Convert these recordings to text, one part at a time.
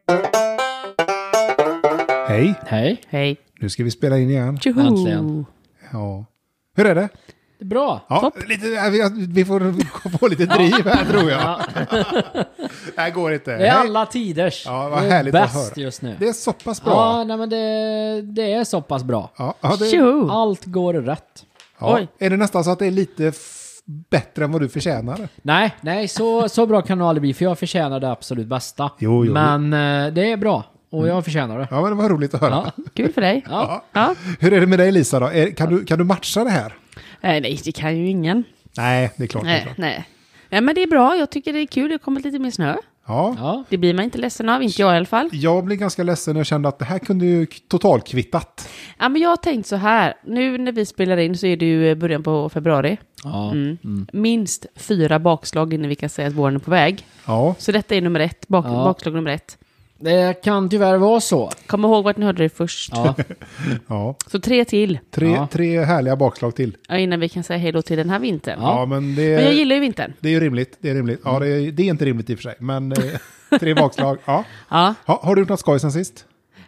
Hej. Hej. Hej. Nu ska vi spela in igen. Tjoho. Äntligen. Ja. Hur är det? Det är bra. Ja, vi får få lite driv här tror jag. Det här går inte. Det är alla tiders. Ja, vad det är härligt att bäst höra. just nu. Det är så pass bra. Ja, nej, men det är så pass bra. Ja, det, Tjoho. Allt går rätt. ja. Oj. Är det nästan så att det är lite bättre än vad du förtjänar? Nej, så bra kan det aldrig bli, för jag förtjänar det absolut bästa. Jo. Men det är bra, och jag förtjänar det. Ja, men det var roligt att höra. Ja. Kul för dig. Ja. Ja. Hur är det med dig Lisa då? Kan du matcha det här? Nej, det kan ju ingen. Nej, det är klart. Nej. Nej, men det är bra. Jag tycker det är kul. Det har kommit lite mer snö. Ja. Ja. Det blir man inte ledsen av. Inte jag i alla fall. Jag blev ganska ledsen och kände att det här kunde ju totalkvittat. Ja, men jag har tänkt så här. Nu när vi spelar in så är det ju början på februari. Ja. Minst 4 bakslag innan vi kan säga att våren är på väg. Ja. Så detta är nummer 1. Bakslag nummer 1. Det kan tyvärr vara så. Kom ihåg vart ni hörde det först. Ja. Ja. Så 3 till. Tre härliga bakslag till. Ja, innan vi kan säga hej då till den här vintern. Ja, men Men jag gillar ju vintern. det är ju rimligt. Det är rimligt. Ja, det är inte rimligt i och för sig. Men 3 bakslag. Ja. Ja. Har du gjort något skoj sen sist?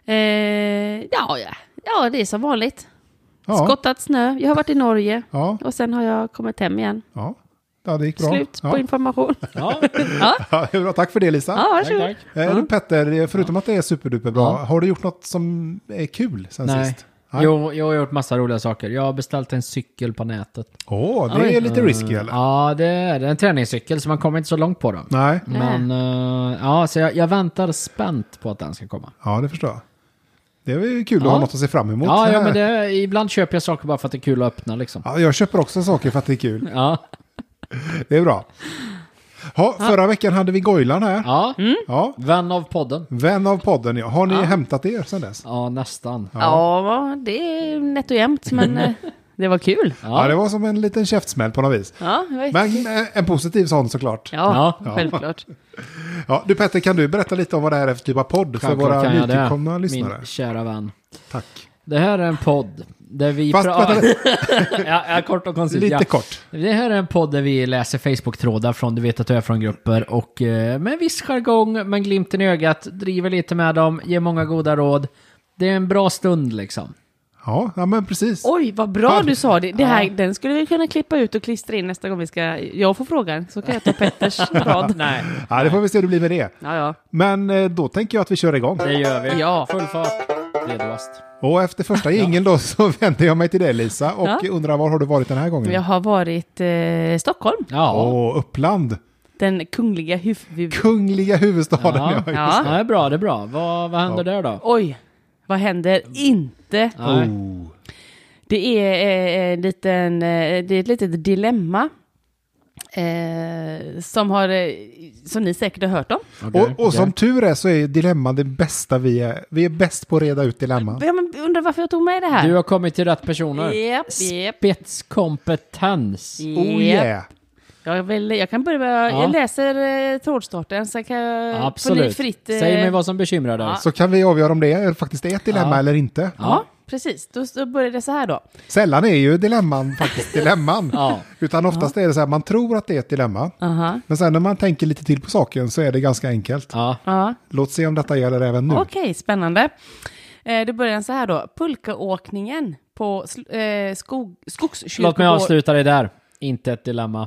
Ja, det är som vanligt. Ja. Skottat snö. Jag har varit i Norge. Ja. Och sen har jag kommit hem igen. Ja, det gick bra. Slut på information. Ja. Ja, det är bra. Tack för det Lisa. Ja, varsågod. Tack. Petter, förutom att det är superduper bra, har du gjort något som är kul sen Nej. sist? Jo, jag har gjort massa roliga saker. Jag har beställt en cykel på nätet. Det är lite risky eller? Ja, det är en träningscykel, så man kommer inte så långt på den. Nej, Men så jag väntar spänt på att den ska komma. ja det förstår jag. Det är väl kul att ha något att se fram emot. Ja, men ibland köper jag saker bara för att det är kul att öppna liksom. Ja, jag köper också saker för att det är kul. Ja. Det är bra. Förra veckan hade vi Goilan här. Ja. Ja. Vän av podden. Vän av podden, ja. Har ni hämtat er sen dess? Ja, nästan. Ja, det är nätt och jämnt, men det var kul. Ja, det var som en liten käftsmäll på något vis. Ja, jag vet. Men en positiv sån såklart. Ja, Ja. självklart. Ja, du Petter, kan du berätta lite om vad det är för typ av podd för Självklart våra kan jag det. nytillkomna lyssnare? Min kära vän. Tack. Det här är en podd där vi Fast vänta, ja, kort och koncist. lite Ja. kort. Det här är en podd där vi läser Facebook-trådar från Du vet att du är från grupper och med viss jargong, men glimten i ögat, driver lite med dem, ger många goda råd. Det är en bra stund liksom. Ja, men precis. Oj, vad bra du sa det. Här, den skulle vi kunna klippa ut och klistra in nästa gång vi ska... Jag får frågan, så kan jag ta Petters rad. Nej, Ja, det får vi se hur det blir med det. Ja. Men då tänker jag att vi kör igång. det gör vi. Ja. Full fart. Redoast. Och efter första jingeln då så vänder jag mig till dig Lisa och undrar var har du varit den här gången? Jag har varit Stockholm. Ja. Uppland. Den kungliga Kungliga huvudstaden. Ja. just det. Ja. Ja, det är bra, det är bra. Vad händer där då? Oj, vad händer inte? Nej. Det är ett litet dilemma som ni säkert har hört om. Okej, Och som tur är så är dilemma det bästa vi är bäst på att reda ut dilemma. Ja, men undrar varför jag tog med det här. Du har kommit till rätt personer. Japp. Spetskompetens. Oh yeah. Jag kan börja med, Ja. jag läser trådstarten så kan jag Absolut. få ni fritt. Säg mig vad som bekymrar dig. Ja. Så kan vi avgöra om det faktiskt är ett dilemma eller inte. Ja, precis. Då börjar det så här då. Sällan är ju dilemman faktiskt dilemman. Ja. Utan oftast är det så här, man tror att det är ett dilemma. Aha. Men sen när man tänker lite till på saken så är det ganska enkelt. Ja. Ja. Låt se om detta gäller även nu. Okej, spännande. Då börjar den så här då. Pulkaåkningen på skogskyrkogård. Låt mig avsluta det där. Inte ett dilemma.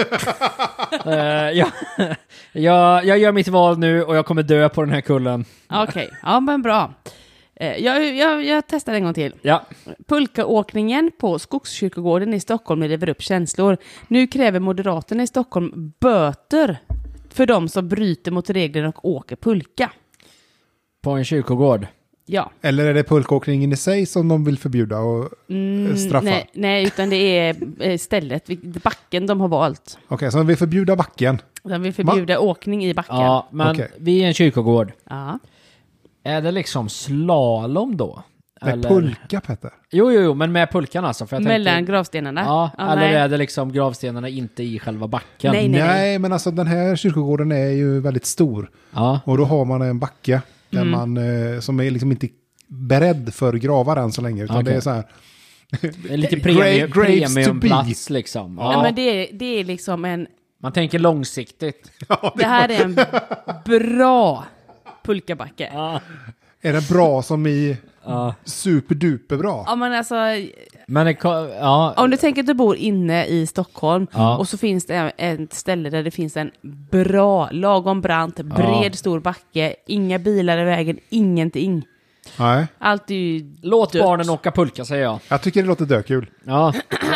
Jag gör mitt val nu och jag kommer dö på den här kullen. Okej, ja men bra. Jag testar en gång till. Ja. Pulkaåkningen på Skogskyrkogården i Stockholm lever upp känslor. Nu kräver Moderaterna i Stockholm böter för de som bryter mot reglerna och åker pulka. På en kyrkogård. Ja. Eller är det pulkåkningen i sig som de vill förbjuda och straffa? Nej, utan det är stället, backen de har valt. Okej, så de vill förbjuda backen. De vill förbjuda åkning i backen. Ja, men Okej. vi är en kyrkogård. Ja. Är det liksom slalom då? Nej, pulka Petter. Jo, men med pulkan alltså. För jag Mellan tänkte, gravstenarna? ja, eller nej. är det liksom gravstenarna inte i själva backen? Nej. Nej, men alltså den här kyrkogården är ju väldigt stor. Ja. Och då har man en backe där man, som är liksom inte beredd för gravar än så länge. Utan Okej. det är så här. Det är lite Graves to premiumplats liksom. Ja, Ja. men det är liksom en... Man tänker långsiktigt. Det här är en bra pulkabacke. Ja. Är det bra som i superduper bra? Ja, men alltså... Men Om du tänker att du bor inne i Stockholm Ja. och så finns det ett ställe där det finns en bra, lagom brant, bred, stor backe, inga bilar i vägen, ingenting. Nej. Allt är ju Låt dött. barnen åka pulka, säger jag. Jag tycker det låter dökul. Ja.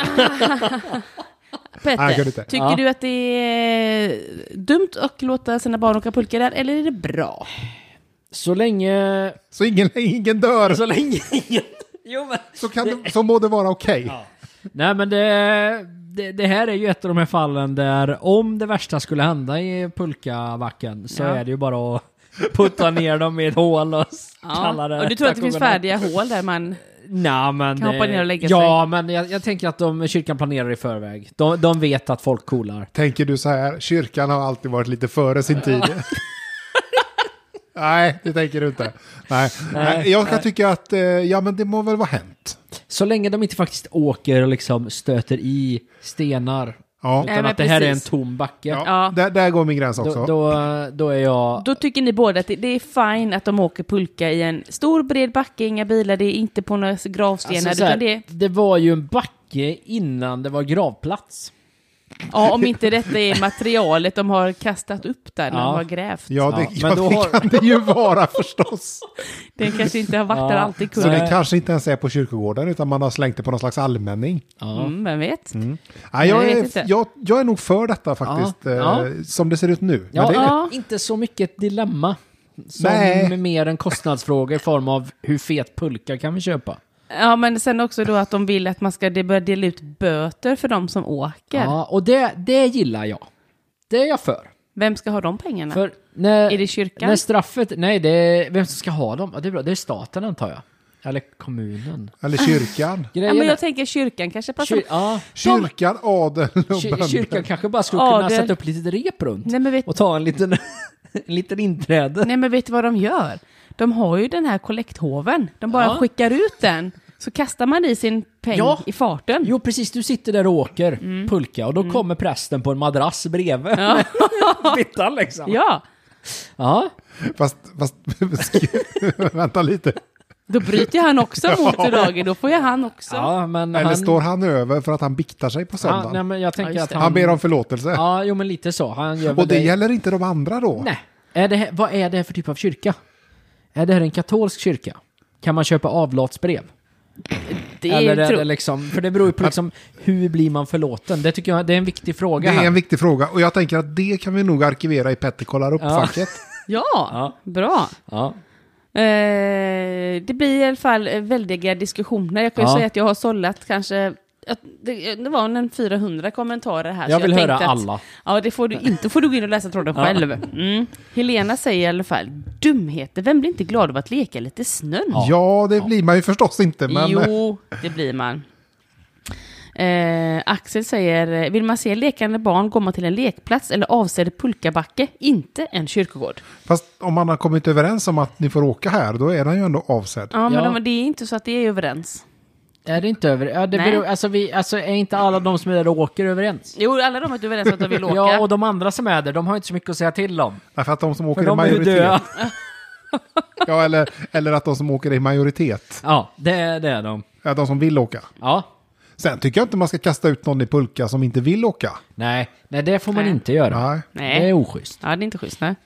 Nej, jag kan Petter, inte. tycker du att det är dumt att låta sina barn åka pulka där, eller är det bra? Så länge... Så ingen dör. Så länge ingen... Jo, men... Så må det vara okej. Ja. Nej, men det här är ju ett av de här fallen där om det värsta skulle hända i pulkabacken så är det ju bara att putta ner dem i ett hål och kalla det... Och du tror att det finns färdiga hål där man... Nej, men... Kan hoppa ner och lägga sig. Ja, men jag tänker att kyrkan planerar i förväg. De vet att folk coolar. Tänker du så här, kyrkan har alltid varit lite före sin tid. Nej, det tänker du inte. Nej. Jag kan tycka att men det må väl vara hänt. Så länge de inte faktiskt åker och liksom stöter i stenar. Ja. Utan Nej, men att det här är en precis. tom backe. Ja. Där går min gräns också. Då är jag... Då tycker ni båda att det är fine att de åker pulka i en stor bred backe, inga bilar, det är inte på några gravstenar, Alltså, så här, utan det var ju en backe innan det var gravplats. ja, om inte detta är materialet de har kastat upp där när Ja. de har grävt. Ja, men då det kan det ju vara förstås. Den kanske inte har varit där alltid Så kunde. det kanske inte ens är på kyrkogården utan man har slängt det på någon slags allmänning. Vem vet? Nej, jag vet inte. jag är nog för detta faktiskt, som det ser ut nu. Ja, Men det, Ja. inte så mycket ett dilemma. Som Nej. mer en kostnadsfråga i form av hur fet pulka kan vi köpa. Ja, men sen också då att de vill att man ska börja dela ut böter för de som åker. Ja, och det gillar jag. Det är jag för. Vem ska ha de pengarna? För när, Är det kyrkan? När straffet... Nej, det är vem som ska ha dem. Ja, det är bra. Det är staten, antar jag. Eller kommunen. eller kyrkan. Ja, men jag tänker kyrkan kanske passar. Kyrkan, adel och bönder. Kyrkan kanske bara skulle kunna Adel. sätta upp lite rep runt. Nej, men vet, Och ta en liten inträde. nej, men vet du vad de gör? De har ju den här kollekthoven. De bara skickar ut den. Så kastar man i sin peng i farten. Jo, precis. Du sitter där och åker pulka. Och då kommer prästen på en madrass bredvid. Ja. Bittan liksom. Ja, Ja. Fast vänta lite. då bryter han också mot dagen. Då får ju han också. Ja, men Eller han... står han över för att han biktar sig på Ja, söndagen? nej, men jag tänker Ja, att just det. Han ber om förlåtelse. Ja, jo, men lite så. Han gör väl Och det gäller inte de andra då? Nej. Vad är det här för typ av kyrka? Är det här en katolsk kyrka? Kan man köpa avlatsbrev? Det Eller är är det liksom, för det beror ju på liksom, hur blir man förlåten? Det tycker jag det är en viktig fråga Det är här. en viktig fråga. Och jag tänker att det kan vi nog arkivera i Petter kollar upp-facket. Ja, bra. Ja. Det blir i alla fall väldiga diskussioner. Jag kan ju säga att jag har sållat kanske... Det var en 400 kommentarer här. Jag så vill höra tänkte att, alla. Ja, det får du inte. Får du gå in och läsa tråden själv. Helena säger i alla fall, dumheter. Vem blir inte glad av att leka lite snön? Ja, det blir man ju förstås inte. Men Jo, det blir man. Axel säger, vill man se lekande barn går man till en lekplats eller avsedd pulkabacke, inte en kyrkogård. fast om man har kommit överens om att ni får åka här, då är den ju ändå avsedd. Ja, men Ja. det är inte så att det är överens. Är det inte över? Ja, det Nej. beror, alltså är inte alla de som är där och åker överens? Jo, alla de är överens om att de vill åka. Ja, och de andra som är där, de har inte så mycket att säga till om. Därför att de som åker För i de är ju majoritet. döda. Ja, eller att de som åker i majoritet. Ja, det är de. Ja, de som vill åka. Ja. Sen tycker jag inte man ska kasta ut någon i pulka som inte vill åka. Nej, det får man Nej. inte göra. Nej. Nej. Det är oschysst. Ja, det är inte schysst, nej.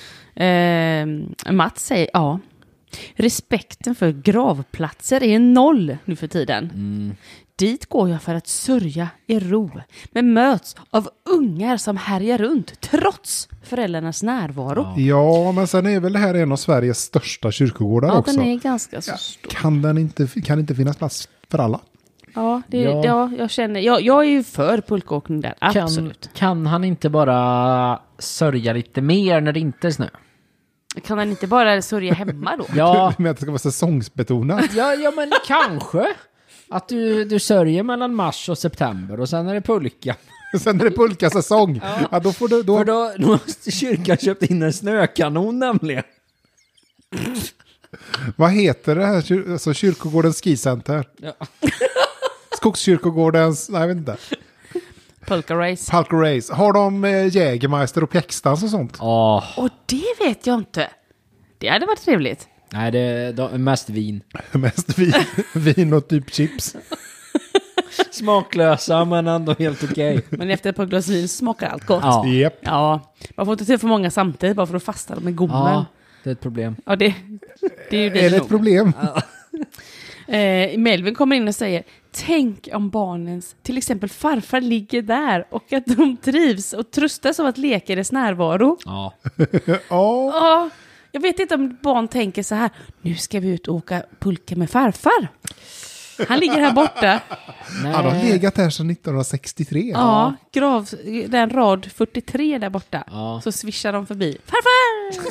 Mats säger, ja. Respekten för gravplatser är 0 nu för tiden. Dit går jag för att sörja i ro. Men möts av ungar som härjar runt trots föräldrarnas närvaro. Ja, men sen är väl det här en av Sveriges största kyrkogårdar Ja, också. den är ganska så stor. Kan inte finnas plats för alla? Ja, Ja. jag känner... Jag är ju för pulkåkning där, absolut. Kan han inte bara sörja lite mer när det inte är snö? Kan han inte bara sörja hemma då? Ja, Med att det ska vara säsongsbetonat. ja men kanske. Att du sörjer mellan mars och september och sen är det pulka. Sen är det pulkasäsong. Ja, då får du... För då måste kyrkan köpt in en snökanon nämligen. Vad heter det här? Alltså, kyrkogårdens skicenter. Ja. Skogskyrkogårdens... Nej, jag vet inte. Pulka-race. Pulka-race. Har de Jägermeister och pjäxdans och sånt? Åh, Och det vet jag inte. Det hade varit trevligt. Nej, det är mest vin. Mest vin och typ chips. Smaklösa, men ändå helt okej. Men efter ett par glas vin smakar allt gott. Ja. Japp. Ja, man får inte se för många samtidigt bara för att fasta dem med gommen. Ja, det är ett problem. Ja, det är ju det. Är det nog. ett problem? Melvin kommer in och säger, tänk om barnens, till exempel farfar ligger där och att de trivs och tröstas av att leka i dess närvaro. Ja. Ja. Ja, jag vet inte om barn tänker så här, nu ska vi ut och åka pulka med farfar. Han ligger här borta. Nej. Han har legat här sedan 1963. Ja, den rad 43 där borta. Ja. Så svischar de förbi. Farfar!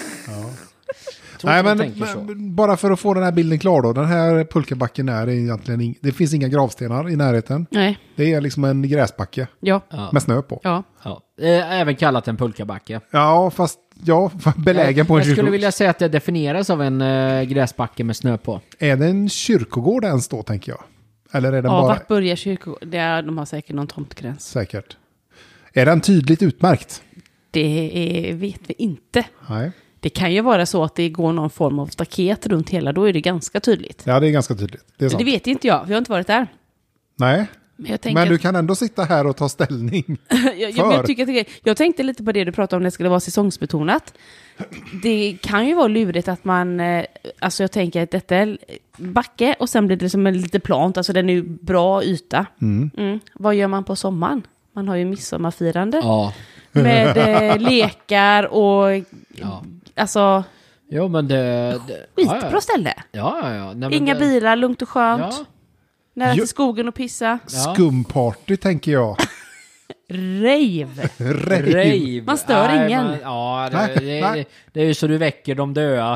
Nej, men men bara för att få den här bilden klar då. Den här pulkabacken är egentligen det finns inga gravstenar i närheten. Nej, Det är liksom en gräsbacke ja. med snö på. Ja. Ja. Även kallat en pulkabacke. Ja, fast belägen på en Jag skulle kyrkogård. vilja säga att det definieras av en gräsbacke med snö på. Är det en kyrkogård ens då, tänker jag? Eller är den bara... Vart börjar kyrkogården? De har säkert någon tomtgräns. Säkert. Är den tydligt utmärkt? Vet vi inte. Nej. Det kan ju vara så att det går någon form av staket runt hela, då är det ganska tydligt. Ja, det är ganska tydligt. Det är Men sant. det vet inte jag, för jag har inte varit där. Nej, Men jag tänker... men du kan ändå sitta här och ta ställning. jag tänkte lite på det du pratade om, det skulle vara säsongsbetonat. Det kan ju vara lurigt att man, alltså jag tänker att detta är backe och sen blir det som en lite plant, alltså den är ju bra yta. Vad gör man på sommaren? Man har ju midsommarfirande Ja. med lekar och Ja. alltså Jo, men det skitbra ställe. Ja. Nej, men Inga bilar, lugnt och skönt. Ja. Nära Jo. till skogen och pissa. Skumparty, tänker jag. Rave. Rave. Man stör ingen. Det är ju så du väcker de döda.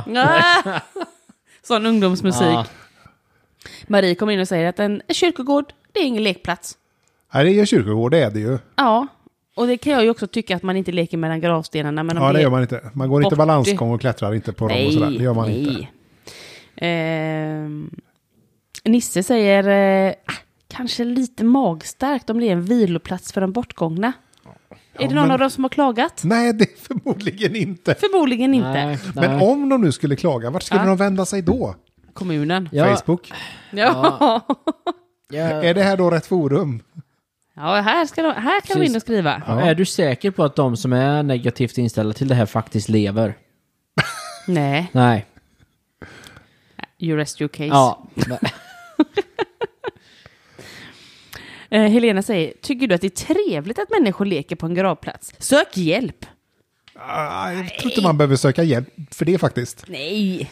Sån ungdomsmusik. Ja. Marie kommer in och säger att en kyrkogård, det är ingen lekplats. Nej, det är en kyrkogård, det är det ju. Ja, och det kan jag ju också tycka att man inte leker mellan gravstenarna. Men Ja, det gör man inte. Man går inte balansgång och klättrar inte på dem och sådär. Det gör man inte. Nisse säger kanske lite magstarkt om det är en viloplats för de bortgångna. Är det någon av dem som har klagat? Nej, det är förmodligen inte. Förmodligen inte. Nej. Men om de nu skulle klaga, vart skulle de vända sig då? Kommunen. Ja. Facebook? Ja. Är det här då rätt forum? Ja, här kan vi in och skriva. Ja. Är du säker på att de som är negativt inställda till det här faktiskt lever? Nej. Nej. You rest your case. Ja. Helena säger, tycker du att det är trevligt att människor leker på en gravplats? Sök hjälp. Jag tror inte man behöver söka hjälp för det faktiskt. Nej.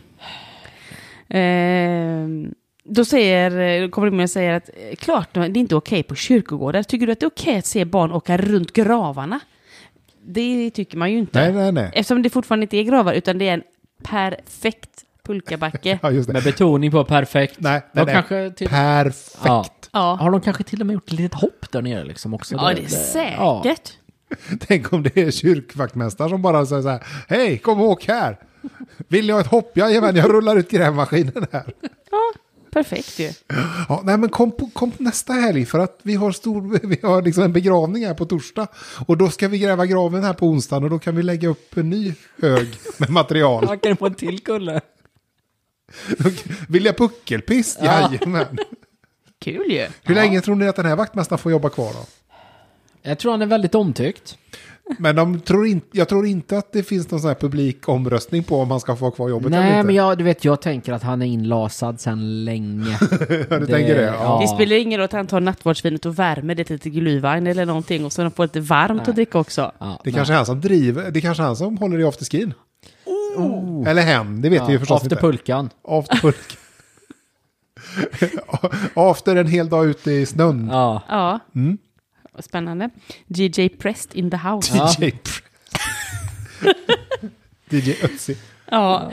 Då kommer de med och säger att klart det är inte okej på kyrkogårdar. Tycker du att det är okej att se barn åka runt gravarna? Det tycker man ju inte. Nej. Eftersom det fortfarande inte är gravar utan det är en perfekt pulkabacke. Ja, just det. Med betoning på perfekt. Nej, De nej. kanske Perfekt. Ja. Ja. Har de kanske till och med gjort ett litet hopp där nere liksom också? Ja, det är säkert. Tänk om det är kyrkvaktmästare som bara säger så här: hej, kom och åk här. Vill ni ha ett hopp? Jajamän, jag rullar ut grävmaskinen här. Ja, perfekt ju. Ja, nej, men kom nästa helg för att vi har liksom en begravning här på torsdag. Och då ska vi gräva graven här på onsdagen och då kan vi lägga upp en ny hög med material. Man kan få en till kulle. Vill jag puckelpist? Ja. Jajamän. Kul ju. Hur länge tror ni att den här vaktmästaren får jobba kvar då? Jag tror han är väldigt omtyckt. Men jag tror inte att det finns någon sån här publik omröstning på om han ska få kvar jobbet eller Nej, inte. men jag tänker att han är inlasad sedan länge. Ja, du tänker det? Ja. Det spelar ingen roll att han tar nattvardsvinet och värmer det till lite glühwein eller någonting och så de får lite varmt att dricka också. Ja, Det kanske är han som driver, det kanske är han som håller i afterskin. Eller hen, det vet vi ju förstås efter inte. pulkan. Afterpulk. After en hel dag ute i snön. Ja. Ja. Spännande. DJ Prest in the house. Ja. DJ DJ Ötzi. Ja.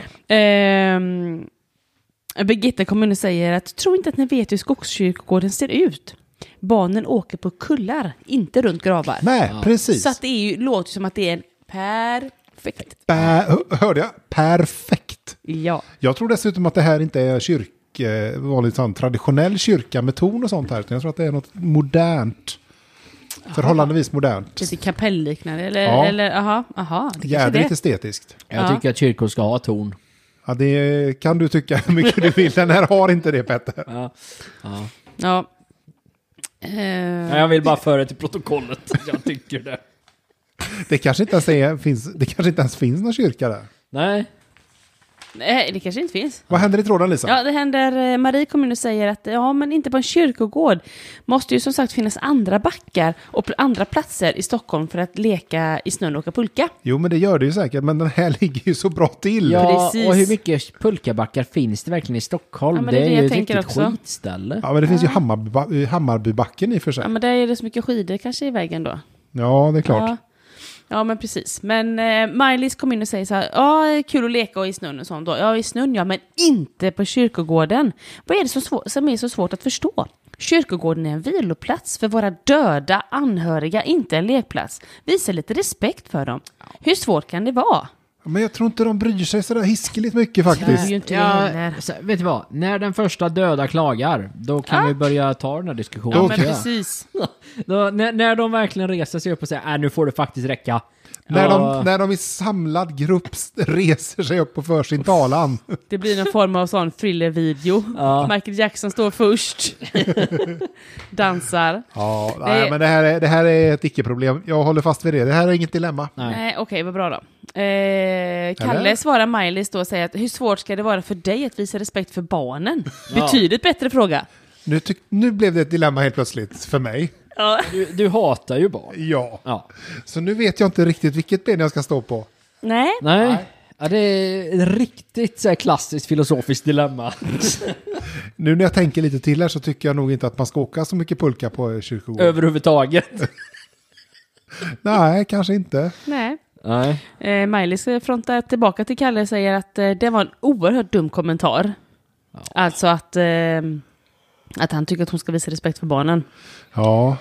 Birgitta kommer och säger att tro inte att ni vet hur skogskyrkogården ser ut. Barnen åker på kullar, inte runt gravar. Nej, precis. Så att det är ju, låter som att det är en perfekt. Hörde jag? Perfekt. Ja. Jag tror dessutom att det här inte är vanligt sån traditionell kyrka med torn och sånt här. Jag tror att det är något modernt Förhållandevis modernt. Lite kapellliknande, eller? Ja. Eller aha. Jädrigt estetiskt. Jag tycker att kyrkor ska ha torn. Ja, det kan du tycka hur mycket du vill. Den här har inte det, Petter. Ja. Jag vill bara föra till protokollet. Jag tycker det. Det kanske inte ens finns någon kyrka där. Nej. Nej, det kanske inte finns. Vad händer i tråden, Lisa? Ja, det händer. Marie kommun och säger att men inte på en kyrkogård. Måste ju som sagt finnas andra backar och andra platser i Stockholm för att leka i snön och åka pulka. Jo, men det gör det ju säkert. Men den här ligger ju så bra till. Ja, Precis. och hur mycket pulkabackar finns det verkligen i Stockholm? Ja, men det det är är det ju jag ett tänker riktigt också. skitställe. Ja, men det finns ju Hammarbybacken i och för sig. Ja, men där är det så mycket skidor kanske i vägen då. Ja, det är klart. Ja, men precis. Men Maj-Lis kom in och säger så här, kul att leka i snön och sånt då. Ja, i snön ja, men inte på kyrkogården. Vad är det som är så svårt att förstå? Kyrkogården är en viloplats för våra döda anhöriga, inte en lekplats. Visa lite respekt för dem. Hur svårt kan det vara? Men jag tror inte de bryr sig så där hiskeligt mycket Det är faktiskt. ju inte det heller. Vet du vad? När den första döda klagar, då kan vi börja ta den här diskussionen. Ja, men Okej. precis. Då, när de verkligen reser sig upp och säger nu får det faktiskt räcka. När de i samlad grupp reser sig upp på för sin talan. Det blir någon form av sån thriller-video. Ja. Michael Jackson står först. Dansar. Ja, nej, men det här är ett icke-problem. Jag håller fast vid det. Det här är inget dilemma. Nej. Okej, vad bra då. Kalle Eller? svarar Maj-Lis då och säger att hur svårt ska det vara för dig att visa respekt för barnen? Betydligt bättre fråga. Nu blev det ett dilemma helt plötsligt för mig. Ja. Du hatar ju barn. Ja. Ja. Så nu vet jag inte riktigt vilket ben jag ska stå på. Nej. Nej. Ja, det är ett riktigt så här klassiskt filosofiskt dilemma. Nu när jag tänker lite till här så tycker jag nog inte att man ska åka så mycket pulka på kyrkogården. Överhuvudtaget. Nej, kanske inte. Nej. Nej. Maj-Lis frontar tillbaka till Kalle och säger att det var en oerhört dum kommentar. Ja. Alltså att han tycker att hon ska visa respekt för barnen. Ja.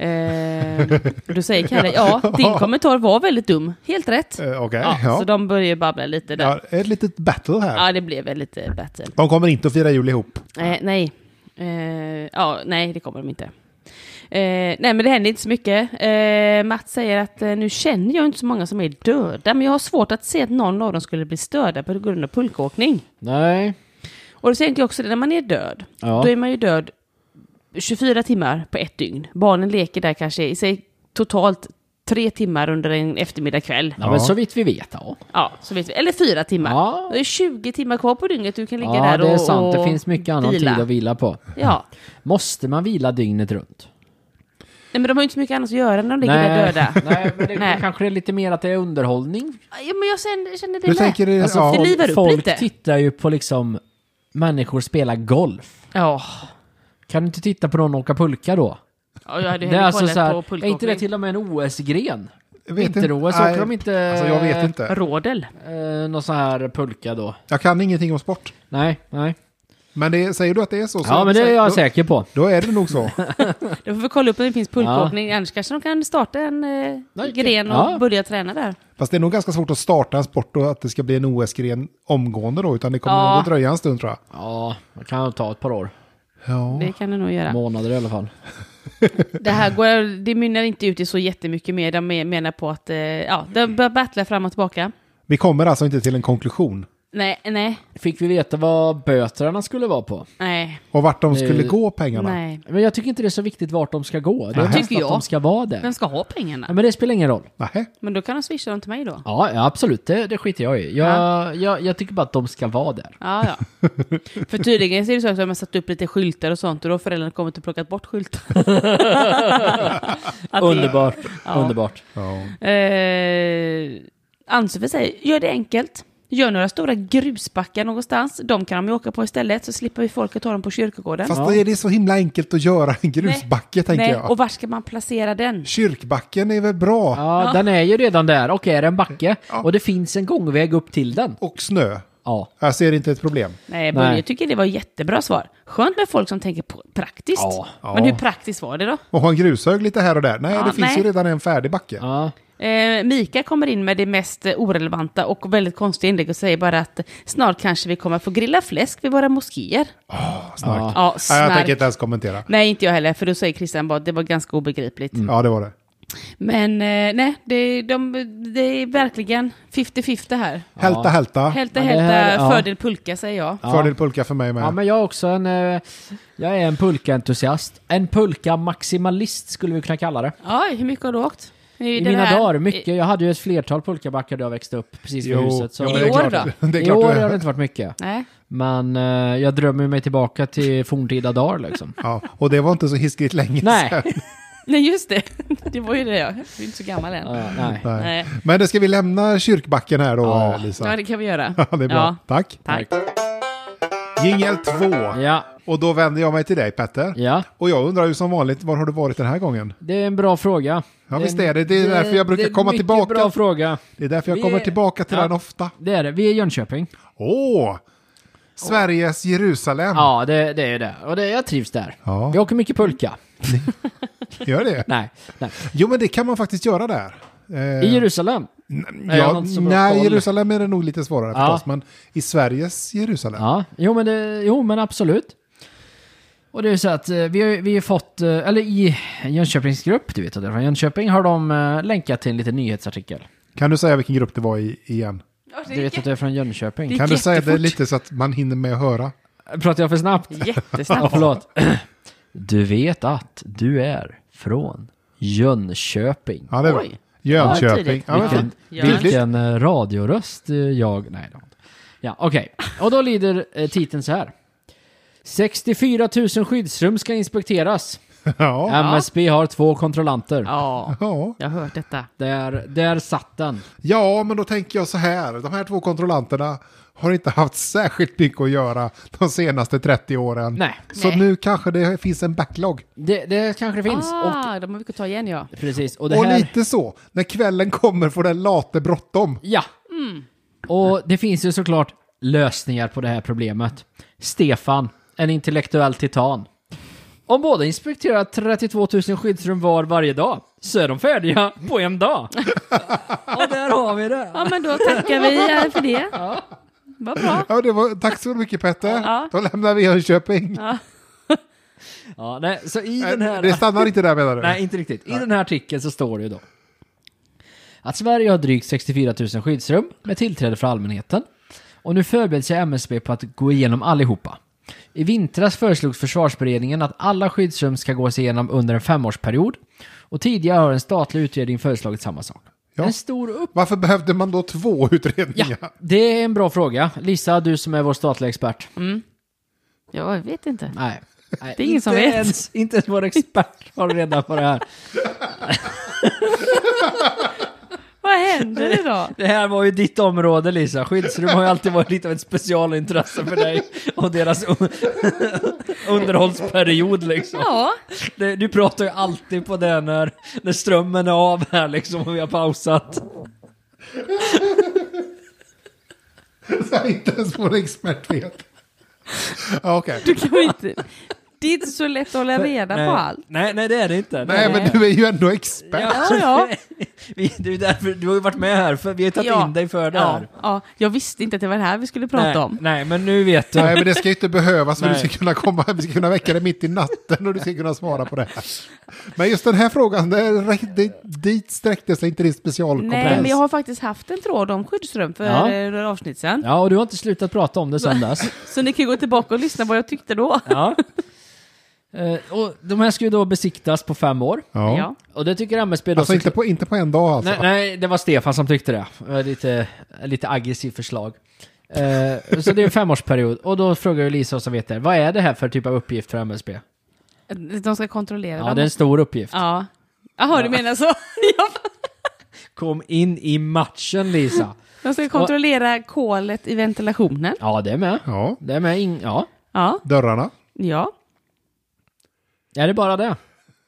Då säger Kalle, din kommentar var väldigt dum. Helt rätt. Okej. Så de börjar babbla lite där. Ja, ett litet battle här. Ja, det blev väl lite battle. De kommer inte att fira jul ihop. Nej. Nej, det kommer de inte. Nej, men det händer inte så mycket. Mats säger att nu känner jag inte så många som är döda, men jag har svårt att se att någon av dem skulle bli störda på grund av pulkåkning. Nej. Och då säger jag också det, när man är död, Ja. då är man ju död 24 timmar på ett dygn. Barnen leker där kanske i sig totalt 3 timmar under en eftermiddagkväll. Ja, men så vitt vi vet, ja. Ja, så vet vi. Eller 4 timmar. Ja. Det är 20 timmar kvar på dygnet. Du kan ligga Ja, där och det är sant. Det och finns mycket annan vila. tid att vila på. Ja. Måste man vila dygnet runt? Nej, men de har ju inte så mycket annat att göra när de ligger där döda. Nej, men det Nej. kanske är lite mer att det är underhållning. Ja, men jag känner det Du med. tänker det, Alltså, ja. det livar upp folk lite. tittar ju på liksom människor spela golf. Ja. Kan du inte titta på någon åka pulka då? Ja, jag hade Det är hellre alltså kollat så här, på är pulkåkning. inte det till och med en OS-gren? Jag vet inte. Vinter-OS Nej, åker de inte... Alltså jag vet inte. Rådel. Någon sån här pulka då? Jag kan ingenting om sport. Nej. Men säger du att det är så? Ja, men det är jag säker på. Då är det nog så. Då får vi kolla upp om det finns pulkåkning. Annars kanske de kan starta en gren och Ja. börja träna där. Fast det är nog ganska svårt att starta en sport och att det ska bli en OS-gren omgående då. Utan det kommer nog att dröja en stund, tror jag. Ja, det kan ta ett par år. Ja. Det kan det nog göra. Månader i alla fall. Det mynnar inte ut i så jättemycket mer. De menar på att de bör battla fram och tillbaka. Vi kommer alltså inte till en konklusion. Nej. Fick vi veta vad böterna skulle vara på? Och vart de skulle gå pengarna. Nej. Men jag tycker inte det är så viktigt vart de ska gå. Det är Nej. mest Tycker att jag. de ska vara där. Vem ska ha pengarna? Ja, men det spelar ingen roll. Nähä. Men då kan de swisha dem till mig då. Ja, absolut. Det skiter jag i. Jag tycker bara att de ska vara där. Ja. För tydligen så är det så att de har satt upp lite skyltar och sånt och då har föräldrarna kommit och plockat bort skyltar. Underbart. Ja. Underbart. Ja. Ann-Sofie säger, gör det enkelt. Gör några stora grusbackar någonstans. De kan de ju åka på istället så slipper vi folk att ta dem på kyrkogården. Fast då är det så himla enkelt att göra en grusbacke, tänker jag. Och var ska man placera den? Kyrkbacken är väl bra? Ja, den är ju redan där. Och är det en backe och det finns en gångväg upp till den. Och snö. Ja. Jag ser inte ett problem. Nej, Börje Nej. tycker det var jättebra svar. Skönt med folk som tänker på praktiskt. Ja. Men hur praktiskt var det då? Och ha en grushög lite här och där. Nej, Ja, det finns ju redan en färdig backe. Ja. Mika kommer in med det mest orelevanta och väldigt konstiga inlägg och säger bara att snart kanske vi kommer få grilla fläsk vid våra moskéer. Snark. Ja. Ja, Nej, snark. jag tänker inte ens kommentera. Nej, inte jag heller, för då säger Christian bara att det var ganska obegripligt. Ja, det var det. Men nej, det är verkligen 50-50 här. Hälta. Hälta, Ja, det hälta, här- ja. fördel pulka säger jag. Ja. Fördel pulka för mig med. Ja, men jag är också jag är en pulka-entusiast. En pulka-maximalist skulle vi kunna kalla det. Ja, hur mycket har du åkt? I mina dagar, mycket. Jag hade ju ett flertal pulkabackar då jag växte upp precis vid huset. Så men I det är år klart då? Det är I klart år det. har det inte varit mycket. Nej. Men jag drömmer mig tillbaka till forntida dagar liksom. Ja, och det var inte så hiskligt länge Nej. sedan. Nej, just det. Det var ju det, jag är inte så gammal än. Nej. Nej. Nej. Men det ska vi lämna kyrkbacken här då, Ja. Lisa? Ja, det kan vi göra. Ja, det är bra. Ja. Tack. Tack. Jingel 2. Ja, Och då vänder jag mig till dig, Petter. ja. Och jag undrar ju som vanligt, var har du varit den här gången? Det är en bra fråga. Ja, visst är det. Det är därför jag brukar komma Det är en tillbaka. mycket bra fråga. Det är därför jag Vi kommer är- tillbaka till Ja. den ofta. Det är det. Vi är i Jönköping. Sveriges Jerusalem. Ja, det är det. Och jag trivs där. Ja. Vi åker mycket pulka. Gör det? Nej. Jo, men det kan man faktiskt göra där. I Jerusalem? Nej, jag har inte så bra nej, koll. Jerusalem är det nog lite svårare Ja. förstås, men i Sveriges Jerusalem. Ja, jo men absolut. Och det är så att vi har fått, eller i en Jönköpingsgrupp, du vet att det är från Jönköping, har de länkat till en liten nyhetsartikel. Kan du säga vilken grupp det var i igen? Du vet att det är från Jönköping. Det- Kan du säga det jättefort. lite så att man hinner med att höra? Pratar jag för snabbt? Ja, Jättesnabbt. förlåt. Du vet att du är från Jönköping. Ja, det är bra. Oj. Jönköping. tydligt. Ja, men Vilken, Ja. vilken radioröst jag... Nej, det var inte. Ja, okej. Och då lyder titeln så här. 64 000 skyddsrum ska inspekteras. ja. MSB har 2 kontrollanter. Ja, Ja. jag har hört detta. Där satt den. Ja, men då tänker jag så här. De här 2 kontrollanterna har inte haft särskilt mycket att göra de senaste 30 åren. Nej. Så Nej. nu kanske det finns en backlog. Det kanske det finns. De har mycket att ta igen, ja. Precis. Och det Och här... lite så. När kvällen kommer får den late bråttom. Ja. Och det finns ju såklart lösningar på det här problemet. Stefan, en intellektuell titan. Om båda inspekterar 32 000 skyddsrum varje dag så är de färdiga på en dag. Och där har vi det. Ja, men då tackar vi för det. Vad bra. Ja, tack så mycket Petter. Ja. Då lämnar vi Jönköping. Ja, nej, så i den här... Det stannar inte där menar du? Nej, inte riktigt. I den här artikeln så står det ju då att Sverige har drygt 64 000 skyddsrum med tillträde för allmänheten. Och nu förbereder sig MSB på att gå igenom allihopa. I vintras föreslogs försvarsberedningen att alla skyddsrum ska gås igenom under en 5-årsperiod. Och tidigare har en statlig utredning föreslagit samma sak. Ja. En stor Varför behövde man då 2 utredningar? Ja, det är en bra fråga. Lisa, du som är vår statliga expert. Ja, jag vet inte. Nej. Det är ingen som vet. Inte ens vår expert har reda på det här. Vad händer idag? Det här var ju ditt område, Lisa. Skyddsrum har ju alltid varit lite av ett specialintresse för dig och deras underhållsperiod liksom. Ja, Du pratar ju alltid på det när strömmen är av här liksom och vi har pausat. Så inte ens vår expert vet. Ja, okej. du kan väl inte... Det är inte så lätt att hålla reda på allt. Nej, det är det inte. Nej, men du är ju ändå expert. Ja. Det är därför, du har ju varit med här, för vi har tagit in dig för det här. Ja, jag visste inte att det var det här vi skulle prata om. Nej, men nu vet du. Nej, men det ska ju inte behövas för Nej. du ska kunna komma, vi ska kunna väcka det mitt i natten och du ska kunna svara på det här. Men just den här frågan, dit sträckte sig inte din specialkompetens. Nej, men jag har faktiskt haft en tråd om skyddsrum för några avsnitt sedan. Ja, och du har inte slutat prata om det sedan dess. Så ni kan gå tillbaka och lyssna vad jag tyckte då. Ja. Och de här ska ju då besiktas på 5 år. Ja. Ja. Och det tycker MSB då... Alltså inte på en dag alltså. Nej, det var Stefan som tyckte det. Lite aggressivt förslag. Så det är en 5-årsperiod. Och då frågar ju Lisa som vet det. Vad är det här för typ av uppgift för MSB? De ska kontrollera Ja, dem. det är en stor uppgift. Ja. Jaha, du menar så? Ja. Kom in i matchen, Lisa. De ska kontrollera kolet i ventilationen. Ja, det är med. Ja, Det är med. Ja. Ja. dörrarna. Ja. Är det bara det?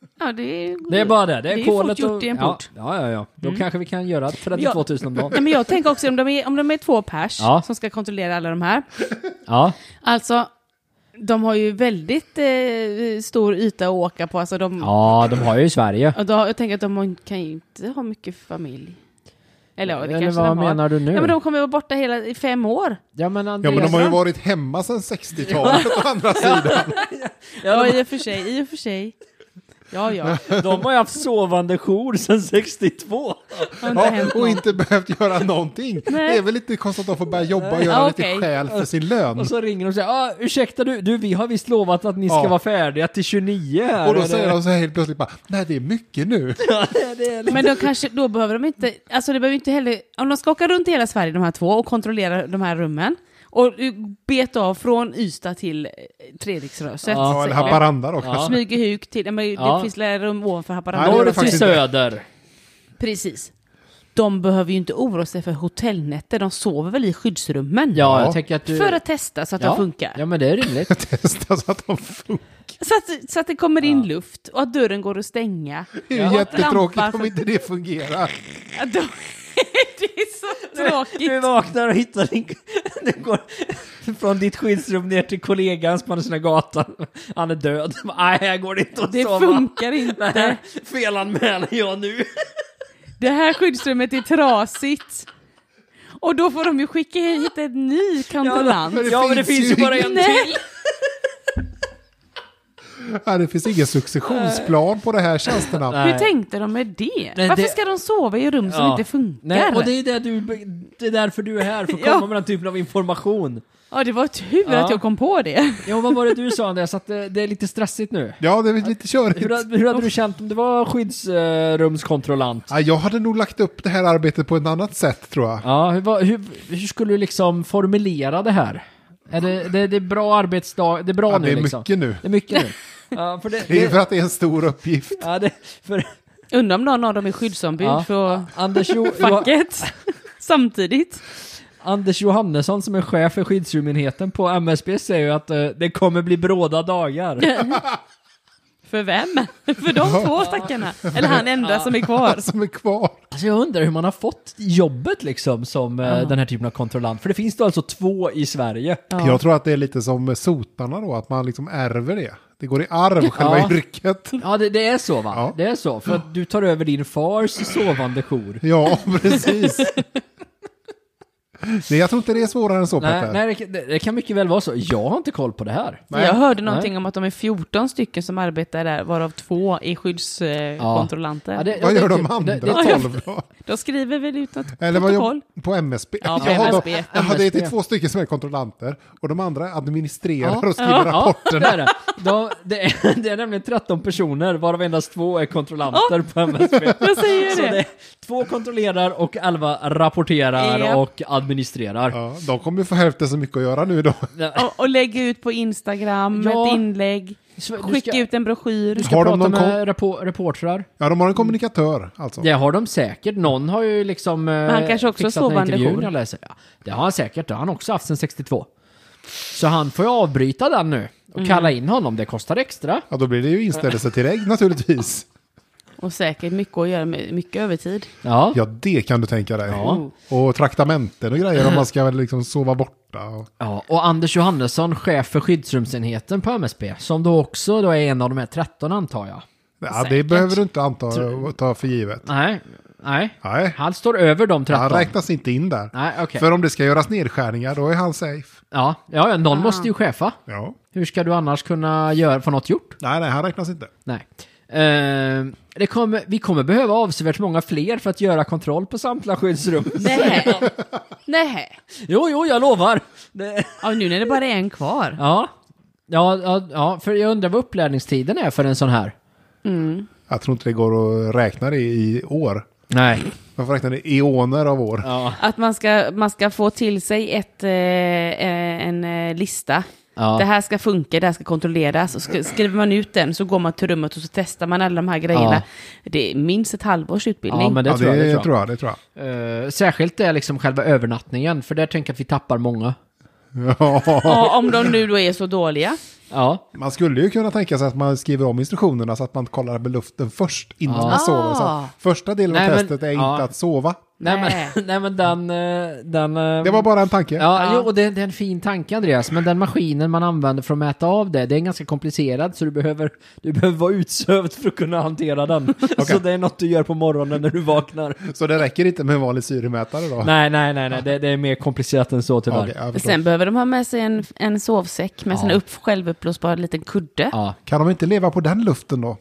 Ja, det är bara det. Det är kolet fort gjort i en port. Ja. Då kanske vi kan göra 32 000 om dagen. Ja, men jag tänker också om de är 2 pers som ska kontrollera alla de här. Ja. Alltså, de har ju väldigt stor yta att åka på. Alltså de har ju i Sverige. Och jag tänker att de kan ju inte ha mycket familj. Eller vad menar du nu? Ja, men de kommer vara borta i 5 år. Ja, men de har ju varit hemma sedan 60-talet å andra sidan. Ja, i och för sig. Ja. De har ju haft sovande jour sedan 62. Och inte behövt göra någonting. Nej. Det är väl lite konstigt att de får börja jobba och göra lite skäl för sin lön. Och så ringer de och säger, ursäkta du, vi har visst lovat att ni ska vara färdiga till 29 här. Och då säger de så här helt plötsligt bara, nej det är mycket nu. Ja, det är men då behöver de inte, alltså det behöver inte heller, om de ska åka runt i hela Sverige de här 2 och kontrollera de här rummen. Och beta av från Ystad till Treriksröset. Ja, eller Haparanda då. Ja. Smygehuk till, det finns rum ovanför Haparanda. Norr till söder. Precis. De behöver ju inte oroa sig för hotellnätter. De sover väl i skyddsrummen. Ja, jag tänker att för att testa så att de funkar. Ja, men det är rimligt. Testa så att de funkar. Så att det kommer in luft och att dörren går att stänga. Det är jättetråkigt om inte det fungerar. Det är så tråkigt. Du vaknar och hittar det går från ditt skyddsrum ner till kollegan på andra sidan gatan. Han är död. Nej, här går det inte att sova. Det funkar inte. Nej, felanmäler jag nu. Det här skyddsrummet är trasigt. Och då får de ju skicka hit ett ny kontrollant. Men det finns ju bara en till. Ja, det finns ingen successionsplan på det här tjänsterna. Nej. Hur tänkte de med det? Varför ska de sova i rum som inte funkar? Nej, och det är därför du är här, för att komma med den typen av information. Ja, det var tur att jag kom på det. Ja, vad var det du sa, Andreas? Att det är lite stressigt nu. Ja, det är lite körigt. Hur hade du känt om det var skyddsrumskontrollant? Ja, jag hade nog lagt upp det här arbetet på ett annat sätt, tror jag. Ja, hur skulle du liksom formulera det här? Det är bra arbetsdag, det är bra nu liksom. Det är mycket nu. Det är mycket nu. Ja, det är för att det är en stor uppgift. Ja, undrar om någon av dem är skyddsombud för facket samtidigt. Anders Johannesson som är chef för skyddsrumenheten på MSB säger ju att det kommer bli bråda dagar. För vem? För de 2 stackarna? Eller han enda som är kvar? Som är kvar. Alltså jag undrar hur man har fått jobbet liksom som den här typen av kontrollant. För det finns då alltså 2 i Sverige. Ja. Jag tror att det är lite som sotarna då, att man liksom ärver det. Det går i arv, själva yrket. Ja, det är så va? Ja. Det är så, för att du tar över din fars sovande jour. Ja, precis. Nej, jag tror inte det är svårare än så, Petter. Nej, det kan mycket väl vara så. Jag har inte koll på det här. Nej. Jag hörde någonting om att de är 14 stycken som arbetar där, varav 2 är skyddskontrollanter. Ja, vad gör de andra 12 då? De skriver väl ut något eller protokoll. På MSB. Ja, på MSB. Det är 2 stycken som är kontrollanter och de andra administrerar och skriver rapporterna. Det är nämligen 13 personer, varav endast 2 är kontrollanter på MSB. Jag säger så det är 2 kontrollerar och 11 rapporterar och administrerar. Ja, de kommer ju få hälften så mycket att göra nu då. Och lägga ut på Instagram ett inlägg. Skicka ut en broschyr. Du ska prata med reportrar. Ja, de har en kommunikatör alltså. Det har de säkert. Någon har ju liksom han kanske också sovande jour. Det har han säkert. Det har han också haft sedan 62. Så han får ju avbryta den nu och kalla in honom. Det kostar extra. Ja, då blir det ju inställelsetillägg naturligtvis. Och säkert mycket att göra med mycket övertid. Ja, det kan du tänka dig. Ja. Och traktamenten och grejer om man ska väl liksom sova borta. Ja, och Anders Johannesson, chef för skyddsrumsenheten på MSB, som då också är en av de här 13 antar jag. Ja, det behöver du inte ta för givet. Nej. Han står över de 13. Han räknas inte in där. Nej, okay. För om det ska göras nedskärningar, då är han safe. Ja, någon måste ju chefa. Ja. Hur ska du annars kunna få något gjort? Nej, han räknas inte. Nej. Vi kommer behöva avsevärt många fler för att göra kontroll på samtliga skyddsrum. Nej. Jo, jag lovar. Ja, nu är det bara en kvar. Ja, för jag undrar vad upplärningstiden är för en sån här. Jag tror inte det går att räkna det i år. Nej. Man får räkna det i eoner av år. Ja. Att man ska få till sig en lista. Ja. Det här ska funka, det här ska kontrolleras. Och skriver man ut den så går man till rummet och så testar man alla de här grejerna. Ja. Det är minst ett halvårs utbildning. Ja, men det tror jag. Särskilt det är liksom själva övernattningen. För där tänker jag att vi tappar många. Ja, om de nu då är så dåliga. Ja. Man skulle ju kunna tänka sig att man skriver om instruktionerna så att man kollar med luften först innan man sover. Så att första delen av testet är inte att sova. Nej men den Det var bara en tanke. Ja, jo, och det är en fin tanke, Andreas. Men den maskinen man använder för att mäta av det är ganska komplicerad, så du behöver vara utsövd för att kunna hantera den. Okay. Så det är något du gör på morgonen när du vaknar. Så det räcker inte med en vanlig syremätare då? Nej. Det är mer komplicerat än så tyvärr. Okay, sen behöver de ha med sig en sovsäck med sin självuppblåsbar liten kudde. Ja. Kan de inte leva på den luften då?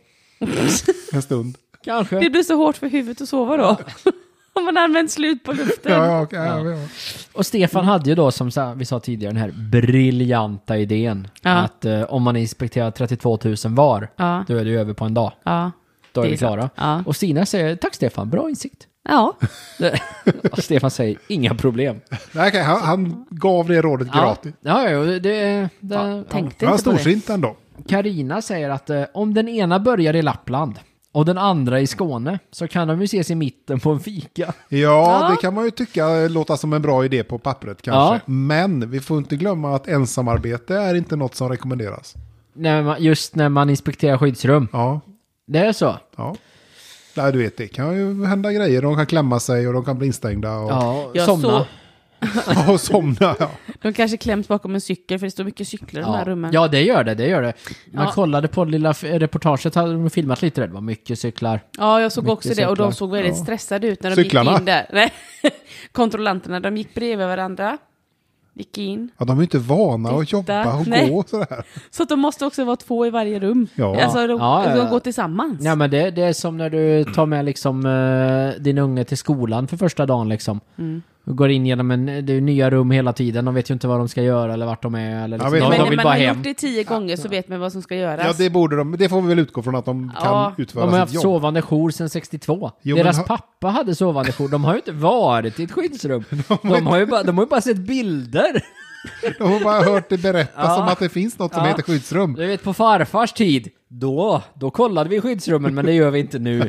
En stund. Kanske. Det blir så hårt för huvudet att sova då. Om man använder slut på luften. Ja. Och Stefan hade ju då, som vi sa tidigare, den här briljanta idén att om man inspekterar 32 000 var, då är det över på en dag. Ja. Då är vi klara. Ja. Och Stina säger, tack Stefan, bra insikt. Ja. Och Stefan säger, inga problem. Okay, han gav det rådet gratis. Ja, det tänkte inte storsint ändå. Carina säger att om den ena börjar i Lappland och den andra i Skåne, så kan de ju ses i mitten på en fika. Ja, det kan man ju tycka låter som en bra idé på pappret kanske. Ja. Men vi får inte glömma att ensamarbete är inte något som rekommenderas. Just när man inspekterar skyddsrum. Ja. Det är så. Ja. Nej, du vet, det kan ju hända grejer. De kan klämma sig och de kan bli instängda. Och somna. Och somna, ja. De kanske kläms bakom en cykel, för det står mycket cyklar i de här rummen. Ja, det gör det. Man kollade på det lilla reportaget, hade de filmat lite det var mycket cyklar. Ja, jag såg också det, och de såg väldigt stressade ut när de gick in där. Nej. Kontrollanterna, de gick bredvid varandra. Gick in. Ja, de är inte vana att jobba och gå sådär. Så att de måste också vara 2 i varje rum. Ja. Alltså de går tillsammans. Ja, men det är som när du tar med liksom din unge till skolan för första dagen liksom. Du går in genom det är nya rum hela tiden. De vet ju inte vad de ska göra eller vart de är. Eller liksom. Men de vill man bara har hem. Gjort det 10 gånger så vet man vad som ska göras. Ja, det borde de. Det får vi väl utgå från att de kan utföra sitt jobb. De har haft sovande jour sedan 62. Deras pappa hade sovande jour. De har ju inte varit i ett skyddsrum. De har ju bara sett bilder. De har bara hört det berättas om att det finns något som heter skyddsrum. Du vet, på farfars tid, då kollade vi skyddsrummen, men det gör vi inte nu.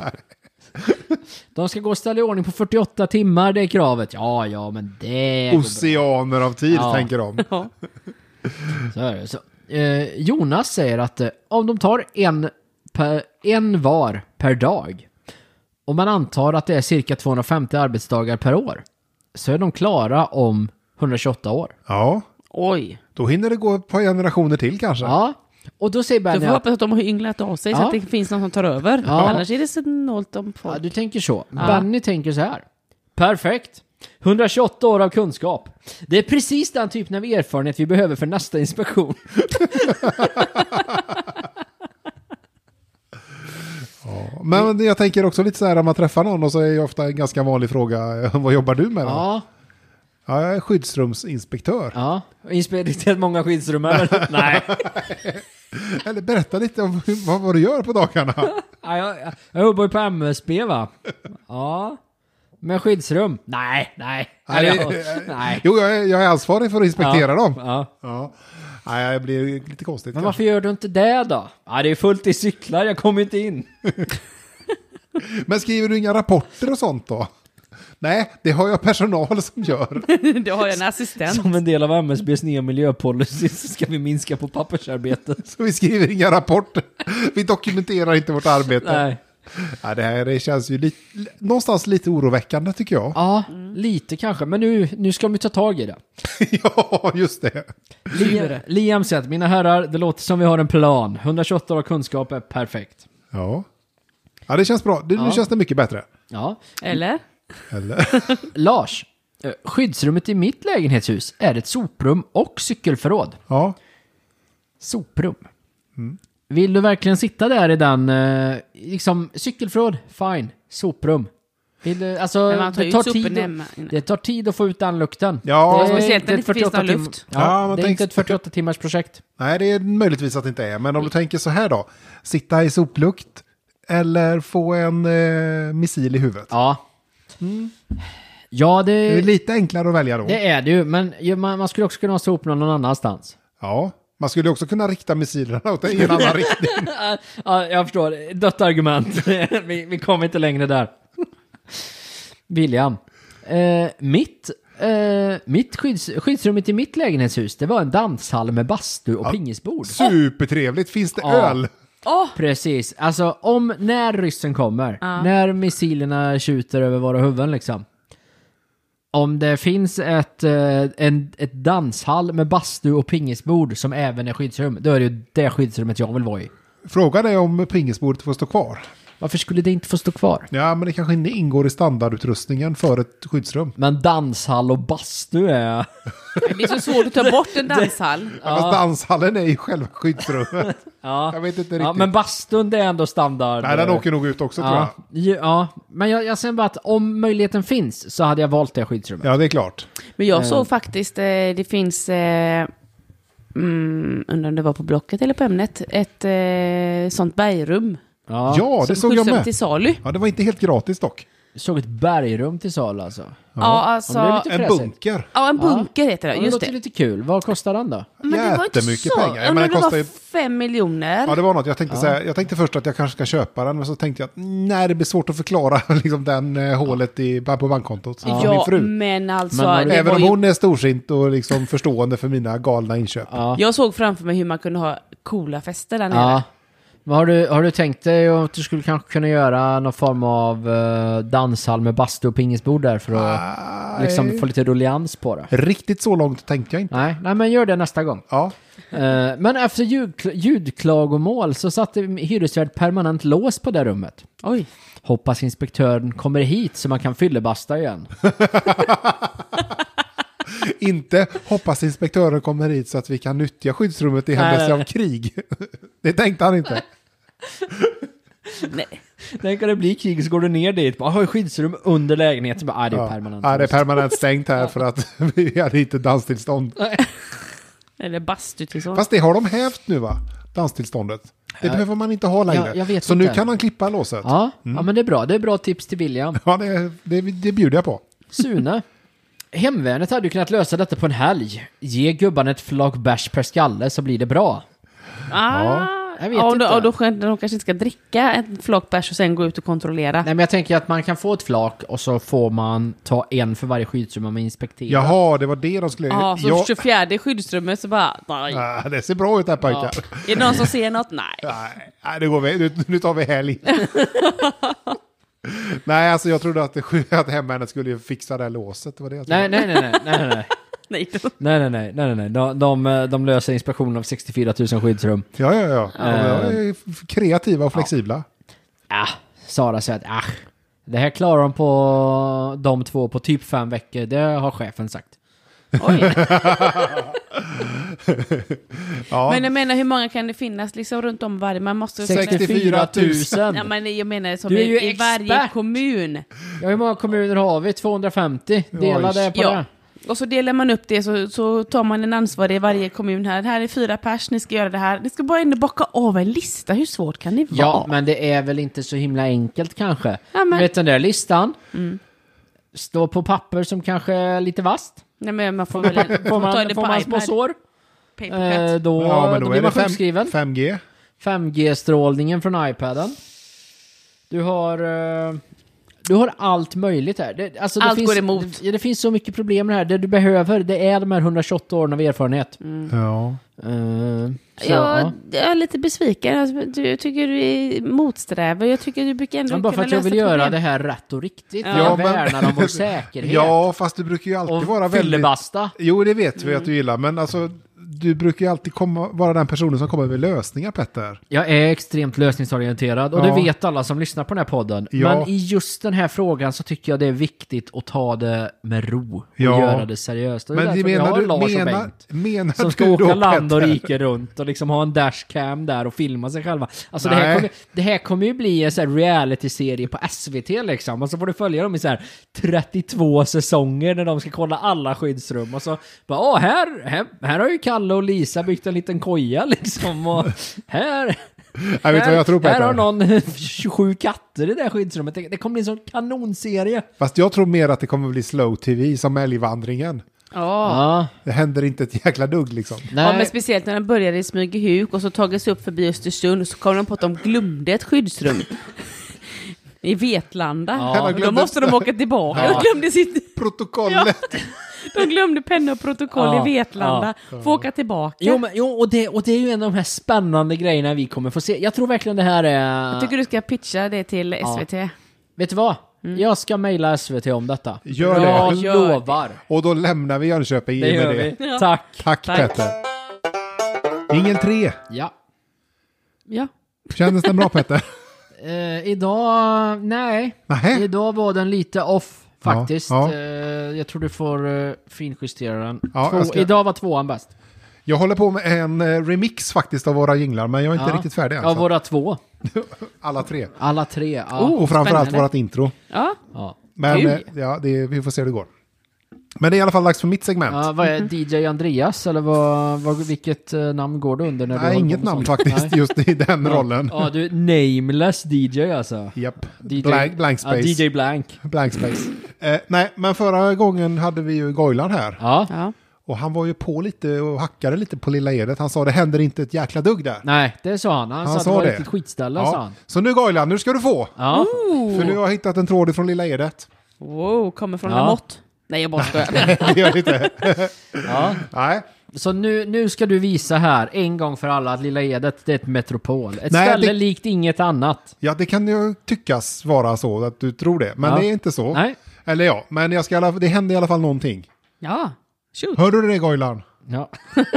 De ska gå och ställa i ordning på 48 timmar, det är kravet. Ja, men det... Oceaner av tid, tänker de. Ja. Så är det. Så, Jonas säger att om de tar en var per dag, och man antar att det är cirka 250 arbetsdagar per år, så är de klara om 128 år. Ja. Oj. Då hinner det gå ett par generationer till kanske. Ja. Och då säger Benny... Du får hoppas att de har ynglat av sig så att det finns någon som tar över. Ja. Annars är det så något om folk. Ja, du tänker så. Ja. Benny tänker så här. Perfekt. 128 år av kunskap. Det är precis den typen av erfarenhet vi behöver för nästa inspektion. Men jag tänker också lite så här, om man träffar någon och så är det ofta en ganska vanlig fråga, vad jobbar du med då? Ja, jag är skyddsrumsinspektör. Ja, inspekterat många skyddsrum eller? Nej. Eller berätta lite om vad du gör på dagarna. Ja, jag jobbar ju på MSB, va? Ja. Med skyddsrum? Nej. Nej. Jo, jag är ansvarig för att inspektera dem. Ja. Nej, det blir lite konstigt. Men varför gör du inte det då? Ja, det är fullt i cyklar, jag kommer inte in. Men skriver du inga rapporter och sånt då? Nej, det har jag personal som gör. Det har jag en assistent. Som en del av MSBs nya miljöpolicy så ska vi minska på pappersarbetet. Så vi skriver inga rapporter. Vi dokumenterar inte vårt arbete. Nej. Ja, det känns ju någonstans lite oroväckande tycker jag. Ja, lite kanske. Men nu ska vi ta tag i det. Ja, just det. Liam säger att, mina herrar, det låter som vi har en plan. 128 år kunskap är perfekt. Ja, det känns bra. Nu känns det mycket bättre. Ja. Eller? Lars, skyddsrummet i mitt lägenhetshus är ett soprum och cykelförråd. Ja. Soprum. Vill du verkligen sitta där i den liksom cykelförråd? Fine. Soprum. Alltså, det tar tid att få ut den lukten. Ja, det är speciellt när det inte finns någon luft. Ja, det är inte ett 48 timmars projekt. Nej, det är möjligtvis att det inte är. Men om du tänker så här då. Sitta i soplukt eller få en missil i huvudet. Ja. Ja, det är lite enklare att välja då. Det är det ju, men man skulle också kunna ha sop någon annanstans. Ja, man skulle också kunna rikta missilerna åt en annan riktning. Ja, jag förstår. Dött argument. vi kommer inte längre där. William. Mitt Skyddsrummet i mitt lägenhetshus, det var en danshall med bastu och pingisbord. Supertrevligt. Finns det öl? Precis. Alltså, när ryssen kommer, när missilerna skjuter över våra huvuden liksom. Om det finns ett danshall med bastu och pingisbord som även är skyddsrum, då är det ju det skyddsrummet jag vill vara i. Fråga dig om pingisbordet får stå kvar. Varför skulle det inte få stå kvar? Ja, men det kanske inte ingår i standardutrustningen för ett skyddsrum. Men danshall och bastu är... Det är så svårt att ta bort en danshall. Ja. Fast danshallen är ju själva skyddsrummet. Ja. Jag vet inte riktigt. Ja, men bastun det är ändå standard. Nej, den åker nog ut också tror jag. Ja, men jag säger bara att om möjligheten finns så hade jag valt det skyddsrummet. Ja, det är klart. Men jag såg faktiskt, det finns, undrar om det var på Blocket eller på Ämnet, ett sånt bergrum. Ja, det såg jag med. Till salu. Ja, det var inte helt gratis dock. Såg ett bergrum till salu alltså. Ja, alltså... Ja, det är lite En bunker. Ja, en bunker heter det. Ja, Just låter det. lite kul. Vad kostar den då? Men det var inte Jättemycket så. pengar. Men Men det den var kostar ju... 5 miljoner. Ja, det var något. Jag tänkte först att jag kanske ska köpa den, men så tänkte jag att nej, det blir svårt att förklara liksom den hålet på bankkontot. Så min fru. Men alltså... Men det Även var om ju... hon är storsint och liksom förstående för mina galna inköp. Ja. Jag såg framför mig hur man kunde ha coola fester där nere. Ja. Men har du tänkt dig att du skulle kanske kunna göra någon form av danshall med bastu och pingisbord där för att liksom få lite rullians på det? Riktigt så långt tänkte jag inte. Nej, men gör det nästa gång. Ja. Men efter ljudklagomål så satte hyresvärd permanent lås på det rummet. Oj. Hoppas inspektören kommer hit så man kan fyllebasta igen. Inte hoppas inspektören kommer hit så att vi kan nyttja skyddsrummet i händelse av krig. Det tänkte han inte. Nej. Tänk om det blir krig så går du ner dit. Bara, har skyddsrum under lägenheten. Bara, det är permanent. Ja, det är permanent stängt här för att vi hade inte danstillstånd. Eller bastu till så. Fast det har de hävt nu va? Danstillståndet. Det behöver man inte ha längre. Jag vet så inte. nu kan han klippa låset. Ja, ja, men det är bra. Det är bra tips till William. Ja, det bjuder jag på. Sune. Hemvärnet hade ju kunnat lösa detta på en helg. Ge gubban ett flak bärs per skalle så blir det bra. Jag vet inte. Och då de kanske inte ska dricka en flak bärs och sen gå ut och kontrollera. Nej, men jag tänker att man kan få ett flak och så får man ta en för varje skyddsrum man inspekterar. Jaha, det var det de skulle... Ja, så 24 skyddsrummet så bara... Nej. Det ser bra ut här pojkar. Ja. Är det någon som ser något? Nej. Nej, det går vi. Nu tar vi helg. Nej, alltså jag trodde att hemvärnet skulle fixa det här låset. Det var det jag trodde. Nej. De löser inspektion av 64 000 skyddsrum. Ja. De är kreativa och flexibla. Sara säger att det här klarar de på de två på typ 5 veckor. Det har chefen sagt. Oj. Ja. Men jag menar, hur många kan det finnas liksom runt om varje? Man måste 64 000. Ja, men jag menar som Du är ju i varje kommun. Ja, hur många kommuner har vi? 250. Dela det på det. Och så delar man upp det så tar man en ansvarig i varje kommun här. Det här är 4 pers, ni ska göra det här. Ni ska bara ändå bocka av en lista. Hur svårt kan det vara? Ja, men det är väl inte så himla enkelt kanske. Ja, men... Vet den där listan? Står på papper som kanske är lite vast. Nej, men man får väl ta det på man iPad. små sår? Då blir man sjukskriven. 5G. 5G-strålningen från iPaden. Du har allt möjligt här. Allt går emot. Det finns så mycket problem här. Det du behöver, det är de här 128 åren av erfarenhet. Ja. Jag är lite besviken. Alltså, jag tycker du är motsträvig. Jag tycker du brukar ändå bara för att jag vill göra det här rätt och riktigt. Jag värnar om vår säkerhet. Ja, fast du brukar ju alltid vara väldigt... fyllebasta. Jo, det vet vi att du gillar. Men alltså, du brukar ju alltid vara den personen som kommer med lösningar, Petter. Jag är extremt lösningsorienterad. Och det vet alla som lyssnar på den här podden. Ja. Men i just den här frågan så tycker jag det är viktigt att ta det med ro. Och göra det seriöst. Och men det menar som ska åka land och rike runt och liksom ha en dashcam där och filma sig själva. Alltså det här kommer ju bli en så här reality-serie på SVT liksom. Och så får du följa dem i så här 32 säsonger när de ska kolla alla skyddsrum. Och så bara, här har ju Kalle och Lisa byggt en liten koja liksom. Och här har någon 27 katter i det här skyddsrummet. Det kommer bli en sån kanonserie. Fast jag tror mer att det kommer bli slow tv som älgvandringen. Ja. Det händer inte ett jäkla dugg liksom. Ja, men speciellt när de började i Smygehuk och så tagit sig upp förbi Östersund och så kom de på att de glömde ett skyddsrum i Vetlanda. Då måste de åka tillbaka och glömde sitt... Protokollet. De glömde penna och protokoll Ja, i Vetlanda. Får åka tillbaka. Jo, och det är ju en av de här spännande grejerna vi kommer få se. Jag tror verkligen det här är... Jag tycker du ska pitcha det till SVT. Vet du vad? Jag ska mejla SVT om detta. Gör det. Jag Gör det. lovar. Och då lämnar vi Jönköping Det i och gör med det. vi. Tack. Tack Petter. Ingen 3. Ja. Ja. Kändes den bra Petter? Idag... Nej. Nähä. Idag var den lite off faktiskt. Ja. Jag tror du får finjustera den. Ja, jag ska- Idag var 2:an bäst. Jag håller på med en remix faktiskt av våra jinglar, men jag är inte riktigt färdig än. Ja, så våra 2. alla 3. Alla 3. Ja. Och framförallt spännande. vårt intro. Ja. Ja. Men Kul. vi får se hur det går. Men det är i alla fall dags för mitt segment. Ja, vad är DJ Andreas eller vilket namn går du under? När du Nej, håller på inget med namn sånt? faktiskt Nej. just i den rollen. Ja, du är nameless DJ alltså. Japp. DJ, Blank space. Ja, DJ Blank. Blank space. Nej, men förra gången hade vi ju Goilan här. Ja. Ja. Och han var ju på lite och hackade lite på Lilla Edet. Han sa det händer inte ett jäkla dugg där. Nej, det sa han. Han sa att det var ett riktigt skitställe, sa Ja. han. Så nu Goilan, nu ska du få. Ja. För nu har jag hittat en tråd från Lilla Edet. Wow, kommer från Ja. Lamotte. Nej, jag bara skojar. Det gör det inte. Ja. Nej. Så nu ska du visa här en gång för alla att Lilla Edet, det är ett metropol. Ett Nej, ställe det- likt inget annat. Ja, det kan ju tyckas vara så att du tror det. Men Ja. det är inte så. Nej. Eller ja, men det hände i alla fall någonting. Ja, shoot. Hörde du det Goilan? Ja.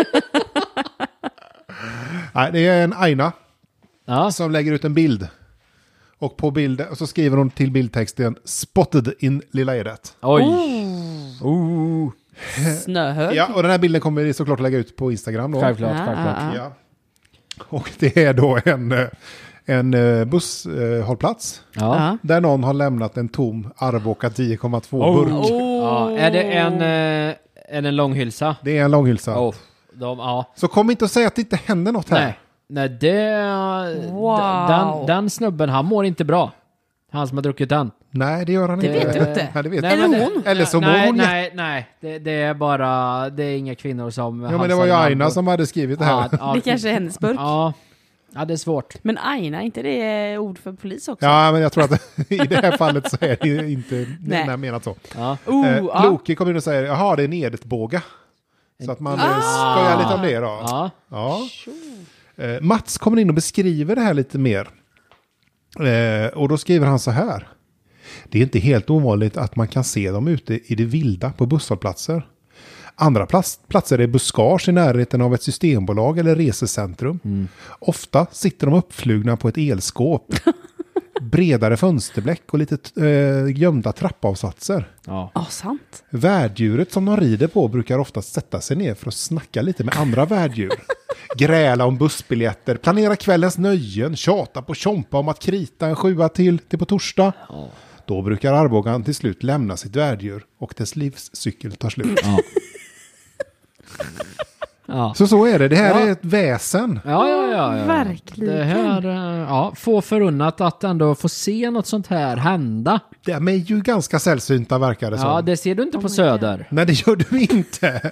Nej, det är en Aina Ja. som lägger ut en bild. Och på bilden så skriver hon till bildtexten Spotted in Lilla Edet. Oj. Snöhög. Ja, och den här bilden kommer vi såklart lägga ut på Instagram då. Självklart, Ja, självklart. ja, Ja. Och det är då en busshållplats. Ja. Ja. Där någon har lämnat en tom Arboga 10,2 burk. Ja. Är det en långhylsa? Det är en långhylsa. Ja. Så kom inte och säga att det inte händer något här. Nej, det... Wow. Den snubben, han mår inte bra. Han som har druckit den. Nej, det gör han inte. vet du inte. Nej, det vet Nej, jag. Eller men hon. Eller så mår nej, hon nej. Det är bara... Det är inga kvinnor som... Ja, men det var ju Aina som hade skrivit det här. Ja, Det kanske är hennes burk. Ja, det är svårt. Men Aina, inte det ord för polis också? Ja, men jag tror att i det här fallet så är det inte Nej. menat så. Ja. Ja. Loki kommer in och säger, jaha, det är en Edetbåga. Så att man skojar lite om det då. Ja. Ja. Mats kommer in och beskriver det här lite mer. Och då skriver han så här. Det är inte helt ovanligt att man kan se dem ute i det vilda på busshållplatser. Andra platser är buskage i närheten av ett systembolag eller resecentrum. Ofta sitter de uppflugna på ett elskåp. Bredare fönsterbläck och lite gömda trappavsatser. Ja. Ja, sant. Värddjuret som de rider på brukar ofta sätta sig ner för att snacka lite med andra värddjur. Gräla om bussbiljetter, planera kvällens nöjen, tjata på Tjompa om att krita en 7 till på torsdag. Då brukar Arbogan till slut lämna sitt värddjur och dess livscykel tar slut. Ja. Så är det. Det här Ja. är ett väsen. Ja. Verkligen. Det här, få förunnat att ändå få se något sånt här hända. De är ju ganska sällsynta verkar det som. Ja, det ser du inte på Söder. Nej, det gör du inte.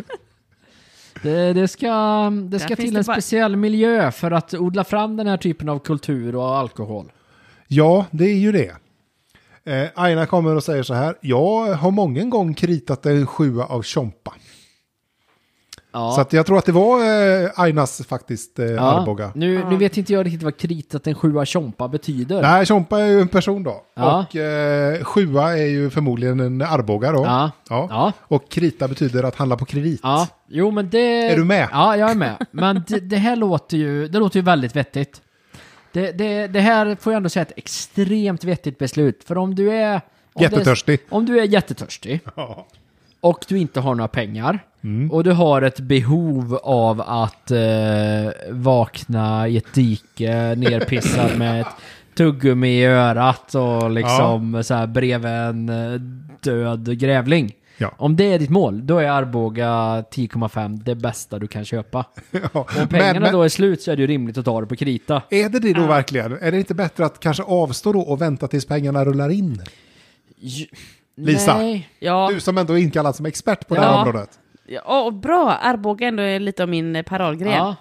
Det ska finns till det en bara- speciell miljö för att odla fram den här typen av kultur och alkohol. Ja, det är ju det. Aina kommer och säger så här. Jag har många gång kritat en 7 av Tjompa. Ja. Så att jag tror att det var Ainas faktiskt Arboga. Nu vet inte jag riktigt vad kritat en 7 Tjompa betyder. Nej, Tjompa är ju en person då. Ja. Och 7 är ju förmodligen en Arboga då. Ja. Ja. Och krita betyder att handla på kredit. Ja, jo men det... Är du med? Ja, jag är med. Men det här låter ju väldigt vettigt. Det här får jag ändå säga ett extremt vettigt beslut. För om du är... Jättetörstig. Om du är jättetörstig Ja. och du inte har några pengar och du har ett behov av att vakna i ett dike nerpissad med ett tuggummi i örat och liksom så här bredvid en död grävling. Ja. Om det är ditt mål, då är Arboga 10,5 det bästa du kan köpa. Ja. Om pengarna Men då är slut så är det ju rimligt att ta det på krita. är det då verkligen? Är det inte bättre att kanske avstå då och vänta tills pengarna rullar in? Lisa. Nej. Ja, Du som ändå är inkallad som expert på det här Ja. området. ja bra. Arboga ändå är lite av min paradgren. Ja.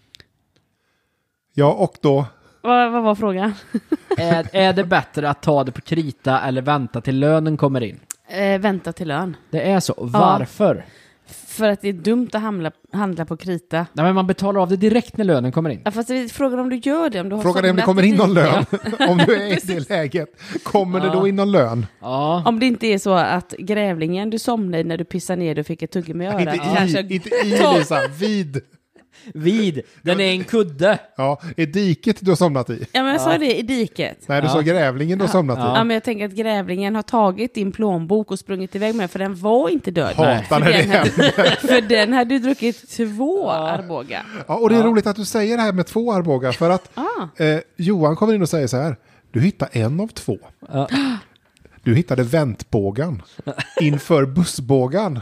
Ja, och då? Vad var frågan? Är det bättre att ta det på krita eller vänta till lönen kommer in? Vänta till lön. Det är så. Varför? För att det är dumt att handla på krita. Nej, men man betalar av det direkt när lönen kommer in. Ja, fast frågan om du gör det. Om du har Frågan är om det kommer in någon lön. Om du är i det läget. Kommer det då in någon lön? Ja. Om det inte är så att grävlingen du somnade när du pissade ner och fick ett tuggummi i örat. Inte i Lisa, vid. Den är en kudde. Ja, är diket du har somnat i? Ja, men jag sa det i diket. Nej, du sa grävlingen du har somnat i. Ja, men jag tänker att grävlingen har tagit din plånbok och sprungit iväg med, för den var inte död. Hatar när det händer. För den hade du druckit 2 Arboga. Ja, och det är roligt att du säger det här med 2 Arboga, för att Johan kommer in och säger så här: du hittar en av 2. Du hittade väntbågan inför bussbågan.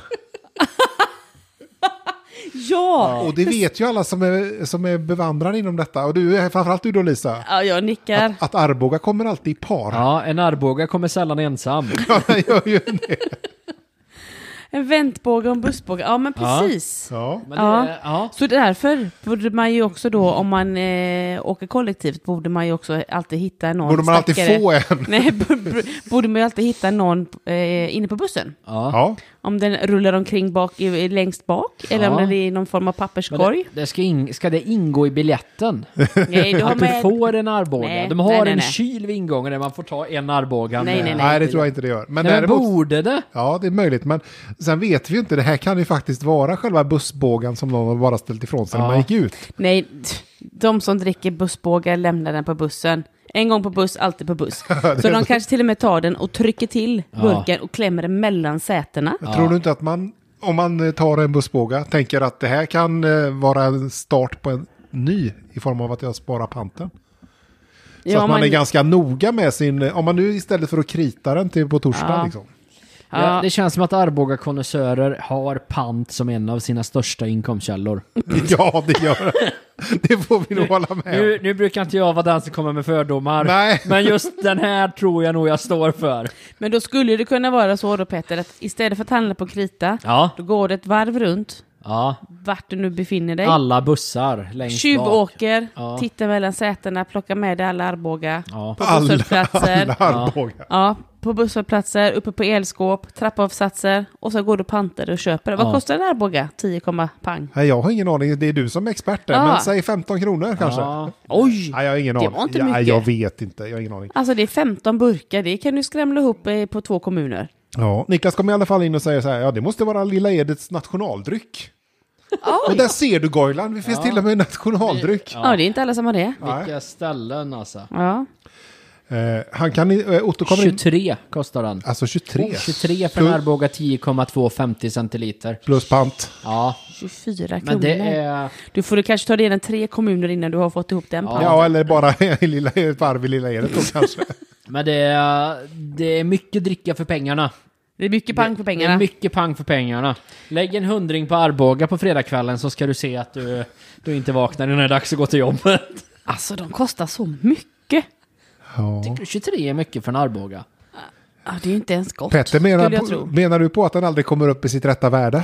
Ja! Och det vet ju alla som är bevandrade inom detta. Och du är framförallt du då, Lisa. Ja, jag nickar. Att Arboga kommer alltid i par. Ja, en Arboga kommer sällan ensam. Ja, den gör ju det. En väntbåge och en bussbåge. Ja, men precis. Ja. Men det, ja. Så därför borde man ju också då, om man åker kollektivt, borde man ju också alltid hitta någon Borde man alltid stackare. få en? Nej, borde man ju alltid hitta någon inne på bussen. Ja. Om den rullar omkring längst bak, eller om den är i någon form av papperskorg. Ska det ingå i biljetten? Nej, du har Att du får en Arboga. Nej, De har nej. en kyl vid ingången där man får ta en Arboga. Nej, det tror jag inte det gör. Men borde det? Ja, det är möjligt. Men sen vet vi ju inte. Det här kan ju faktiskt vara själva bussbågen som någon har bara ställt ifrån sig när man gick ut. Nej, de som dricker bussbågar lämnar den på bussen. En gång på buss, alltid på buss. Så de kanske till och med tar den och trycker till burken och klämmer den mellan sätena. Tror du inte att man, om man tar en bussbåga, tänker att det här kan vara en start på en ny i form av att jag sparar panten? Så att man är ganska noga med sin, om man nu istället för att krita den till på torsdag liksom. Ja, det känns som att Arboga-konnässörer har pant som en av sina största inkomstkällor. Ja, det gör det. Det får vi nog hålla med. Nu brukar inte jag vara den som kommer med fördomar. Nej. Men just den här tror jag nog jag står för. Men då skulle det kunna vara så då, Petter, att istället för att handla på krita, då går det ett varv runt. Ja. Vart du nu befinner dig. Alla bussar längst bak. Tjuvåker, titta mellan sätena, plocka med dig alla Arboga. Ja. På busshållplatser. Alla Arboga. Ja, på busshållplatser, uppe på elskåp, trappavsatser. Och så går du panter och köper det. Vad kostar en Arboga? 10, pang. Nej, jag har ingen aning. Det är du som är expert där. Men säg 15 kronor kanske. Ja. Oj! Nej, jag har ingen aning. Det var inte mycket. Jag vet inte. Jag har ingen aning. Alltså det är 15 burkar. Det kan du skramla ihop på 2 kommuner. Ja, Niklas kommer i alla fall in och säger så här: ja, det måste vara Lilla Edets nationaldryck. Och där ser du, Goyland. Det finns till och med nationaldryck. Ja, det är inte alla som har det. Vilka ställen alltså. Ja. Han kan Otto kommer 23 in. kostar den. Alltså 23. 23 för en Arboga 10,250 centiliter. Plus pant. Ja. 24 kronor. Men det är... Du får kanske ta det in 3 kommuner innan du har fått ihop den panten. Ja, eller bara ett varv i Lilla Edet då kanske. Men det är mycket dricka för pengarna. Det är mycket pang för pengarna. Det är mycket pang för pengarna. Lägg en 100 på Arboga på fredagskvällen så ska du se att du inte vaknar när det är dags att gå till jobbet. Alltså, de kostar så mycket. Ja. Tycker du 23 är mycket för en Arboga? Ja, det är ju inte ens gott. Petter, jag menar du på att den aldrig kommer upp i sitt rätta värde?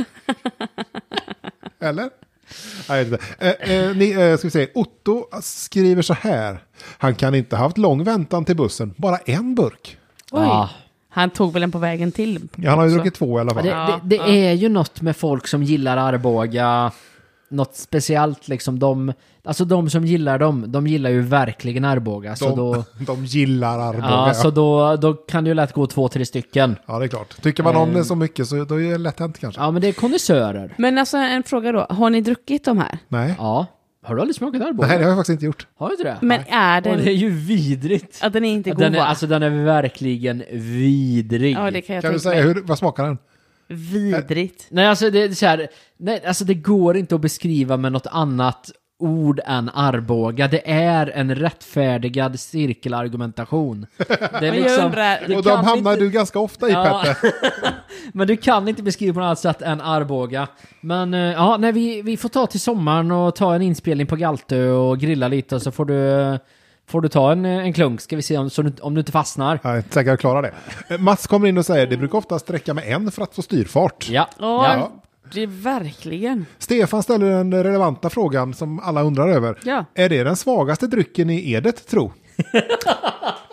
Eller? Nej, ska vi se. Otto skriver så här: han kan inte ha haft lång väntan till bussen, bara en burk. Oj. Ja. Han tog väl en på vägen till. Ja, han har ju druckit 2 i alla fall. Det är ju något med folk som gillar Arboga. Något speciellt liksom. De som gillar dem, de gillar ju verkligen Arboga. De gillar Arboga. Ja, så då kan det ju lätt gå 2-3 stycken. Ja, det är klart. Tycker man om det så mycket så då är det lätt hänt kanske. Ja, men det är konnässörer. Men alltså en fråga då. Har ni druckit de här? Nej. Ja. Har du aldrig smakat Arboga? Nej, det har jag faktiskt inte gjort. Har du inte det? Men är Och den... det är ju vidrigt. Att den är inte god, va? Den är verkligen vidrig. Ja, det kan jag Kan du tänka säga mig. vad smakar den? Vidrigt. Nej, alltså det är så här, nej, alltså det går inte att beskriva med något annat ord än Arboga. Det är en rättfärdigad cirkelargumentation. Det är Men jag undrar... Och de hamnar du ganska ofta i, Petter. Men du kan inte beskriva på något annat sätt än Arboga. Men nej, vi får ta till sommaren och ta en inspelning på Galtö och grilla lite, och så får du ta en klunk, ska vi se om du inte fastnar. Jag är inte säker att jag klarar det. Mats kommer in och säger: det brukar ofta sträcka med en för att få styrfart. Ja. Ja, det är verkligen. Stefan ställer den relevanta frågan som alla undrar över. Ja. Är det den svagaste drycken i Edet, tro?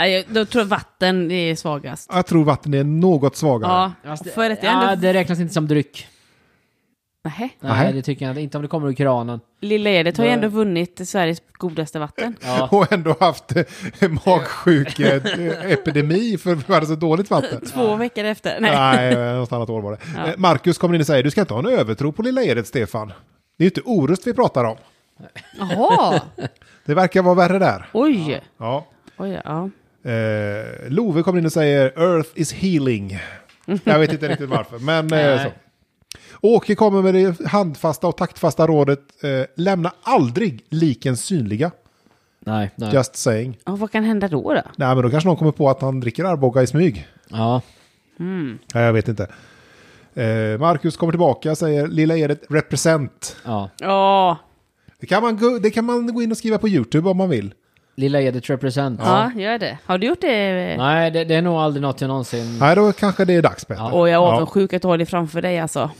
Nej, då tror jag vatten är svagast. Jag tror vatten är något svagare. Ja, för att jag ändå... det räknas inte som dryck. Nähä. Nej, det tycker jag inte. Inte om det kommer ur kranen. Lilla Edet har ju ändå vunnit Sveriges godaste vatten. Ja. Och ändå haft magsjuk-epidemi för att vi hade så dåligt vatten. 2 veckor efter. Nej, något annat år var det. Ja. Marcus kommer in och säger, du ska inte ha en övertro på Lilla Edet, Stefan. Det är ju inte Orust vi pratar om. Jaha. Det verkar vara värre där. Oj. Ja. Oj, ja. Love kommer in och säger, Earth is healing. Jag vet inte riktigt varför, men så. Åke kommer med det handfasta och taktfasta rådet, lämna aldrig liken synliga. Nej. Just saying. Och vad kan hända då? Nej, men då kanske någon kommer på att han dricker Arboga i smyg. Ja. Nej, jag vet inte. Marcus kommer tillbaka och säger, Lilla Edet represent. Ja. Ja. Det kan man gå in och skriva på YouTube om man vill. Lilla Edith represent. Ja, gör det. Har du gjort det? Nej, det är nog aldrig något jag någonsin... Nej, då kanske det är dags, Peter. Ja. Och jag är avundsjuk att ha det framför dig alltså.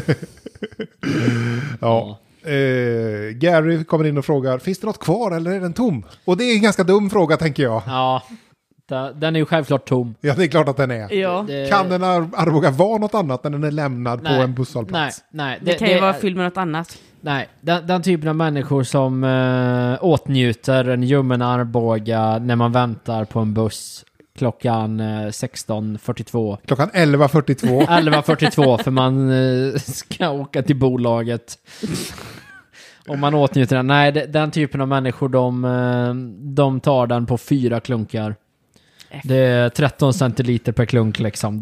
Ja. Gary kommer in och frågar, finns det något kvar eller är den tom? Och det är en ganska dum fråga, tänker jag. Ja. Den är ju självklart tom. Ja, det är klart att den är. Ja. Kan den Arboga vara något annat än den är lämnad på en busshållplats? Nej. Det kan ju vara fylld med något annat. Nej, den typen av människor som åtnjuter en ljummen Arboga när man väntar på en buss klockan 16:42. Klockan 11:42. 11:42 för man ska åka till bolaget. Om man åtnjuter den. Nej, den typen av människor de tar den på 4 klunkar. Det är 13 centiliter per klunk liksom.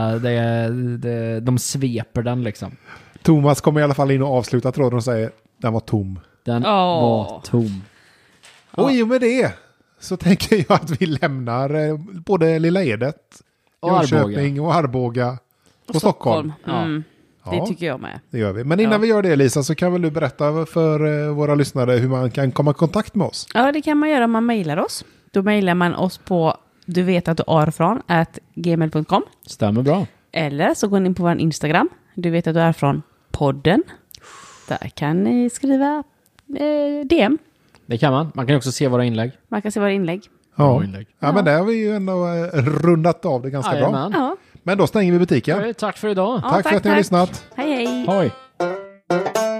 De sveper den liksom. Thomas kommer i alla fall in och avslutar tråden och säger, den var tom. Den var tom. Och i och med det så tänker jag att vi lämnar både Lilla Edet, Och Jönköping och Arboga och Stockholm. Det Ja. tycker jag med. Det gör vi. Men innan vi gör det, Lisa, så kan väl du berätta för våra lyssnare hur man kan komma i kontakt med oss? Ja, det kan man göra om man mejlar oss. Då mejlar man oss på duvetatuarfrån@gmail.com. Stämmer bra. Eller så går ni in på vår Instagram. Du vet att du är från podden. Där kan ni skriva DM. Det kan man. Man kan också se våra inlägg. Man kan se våra inlägg. Ja, Bra inlägg. ja men där har vi ju ändå rundat av det ganska bra. Jajamän. Ja. Men då stänger vi butiken. Tack för idag. Ja, Tack för att ni har lyssnat. Hej hej. Hoj.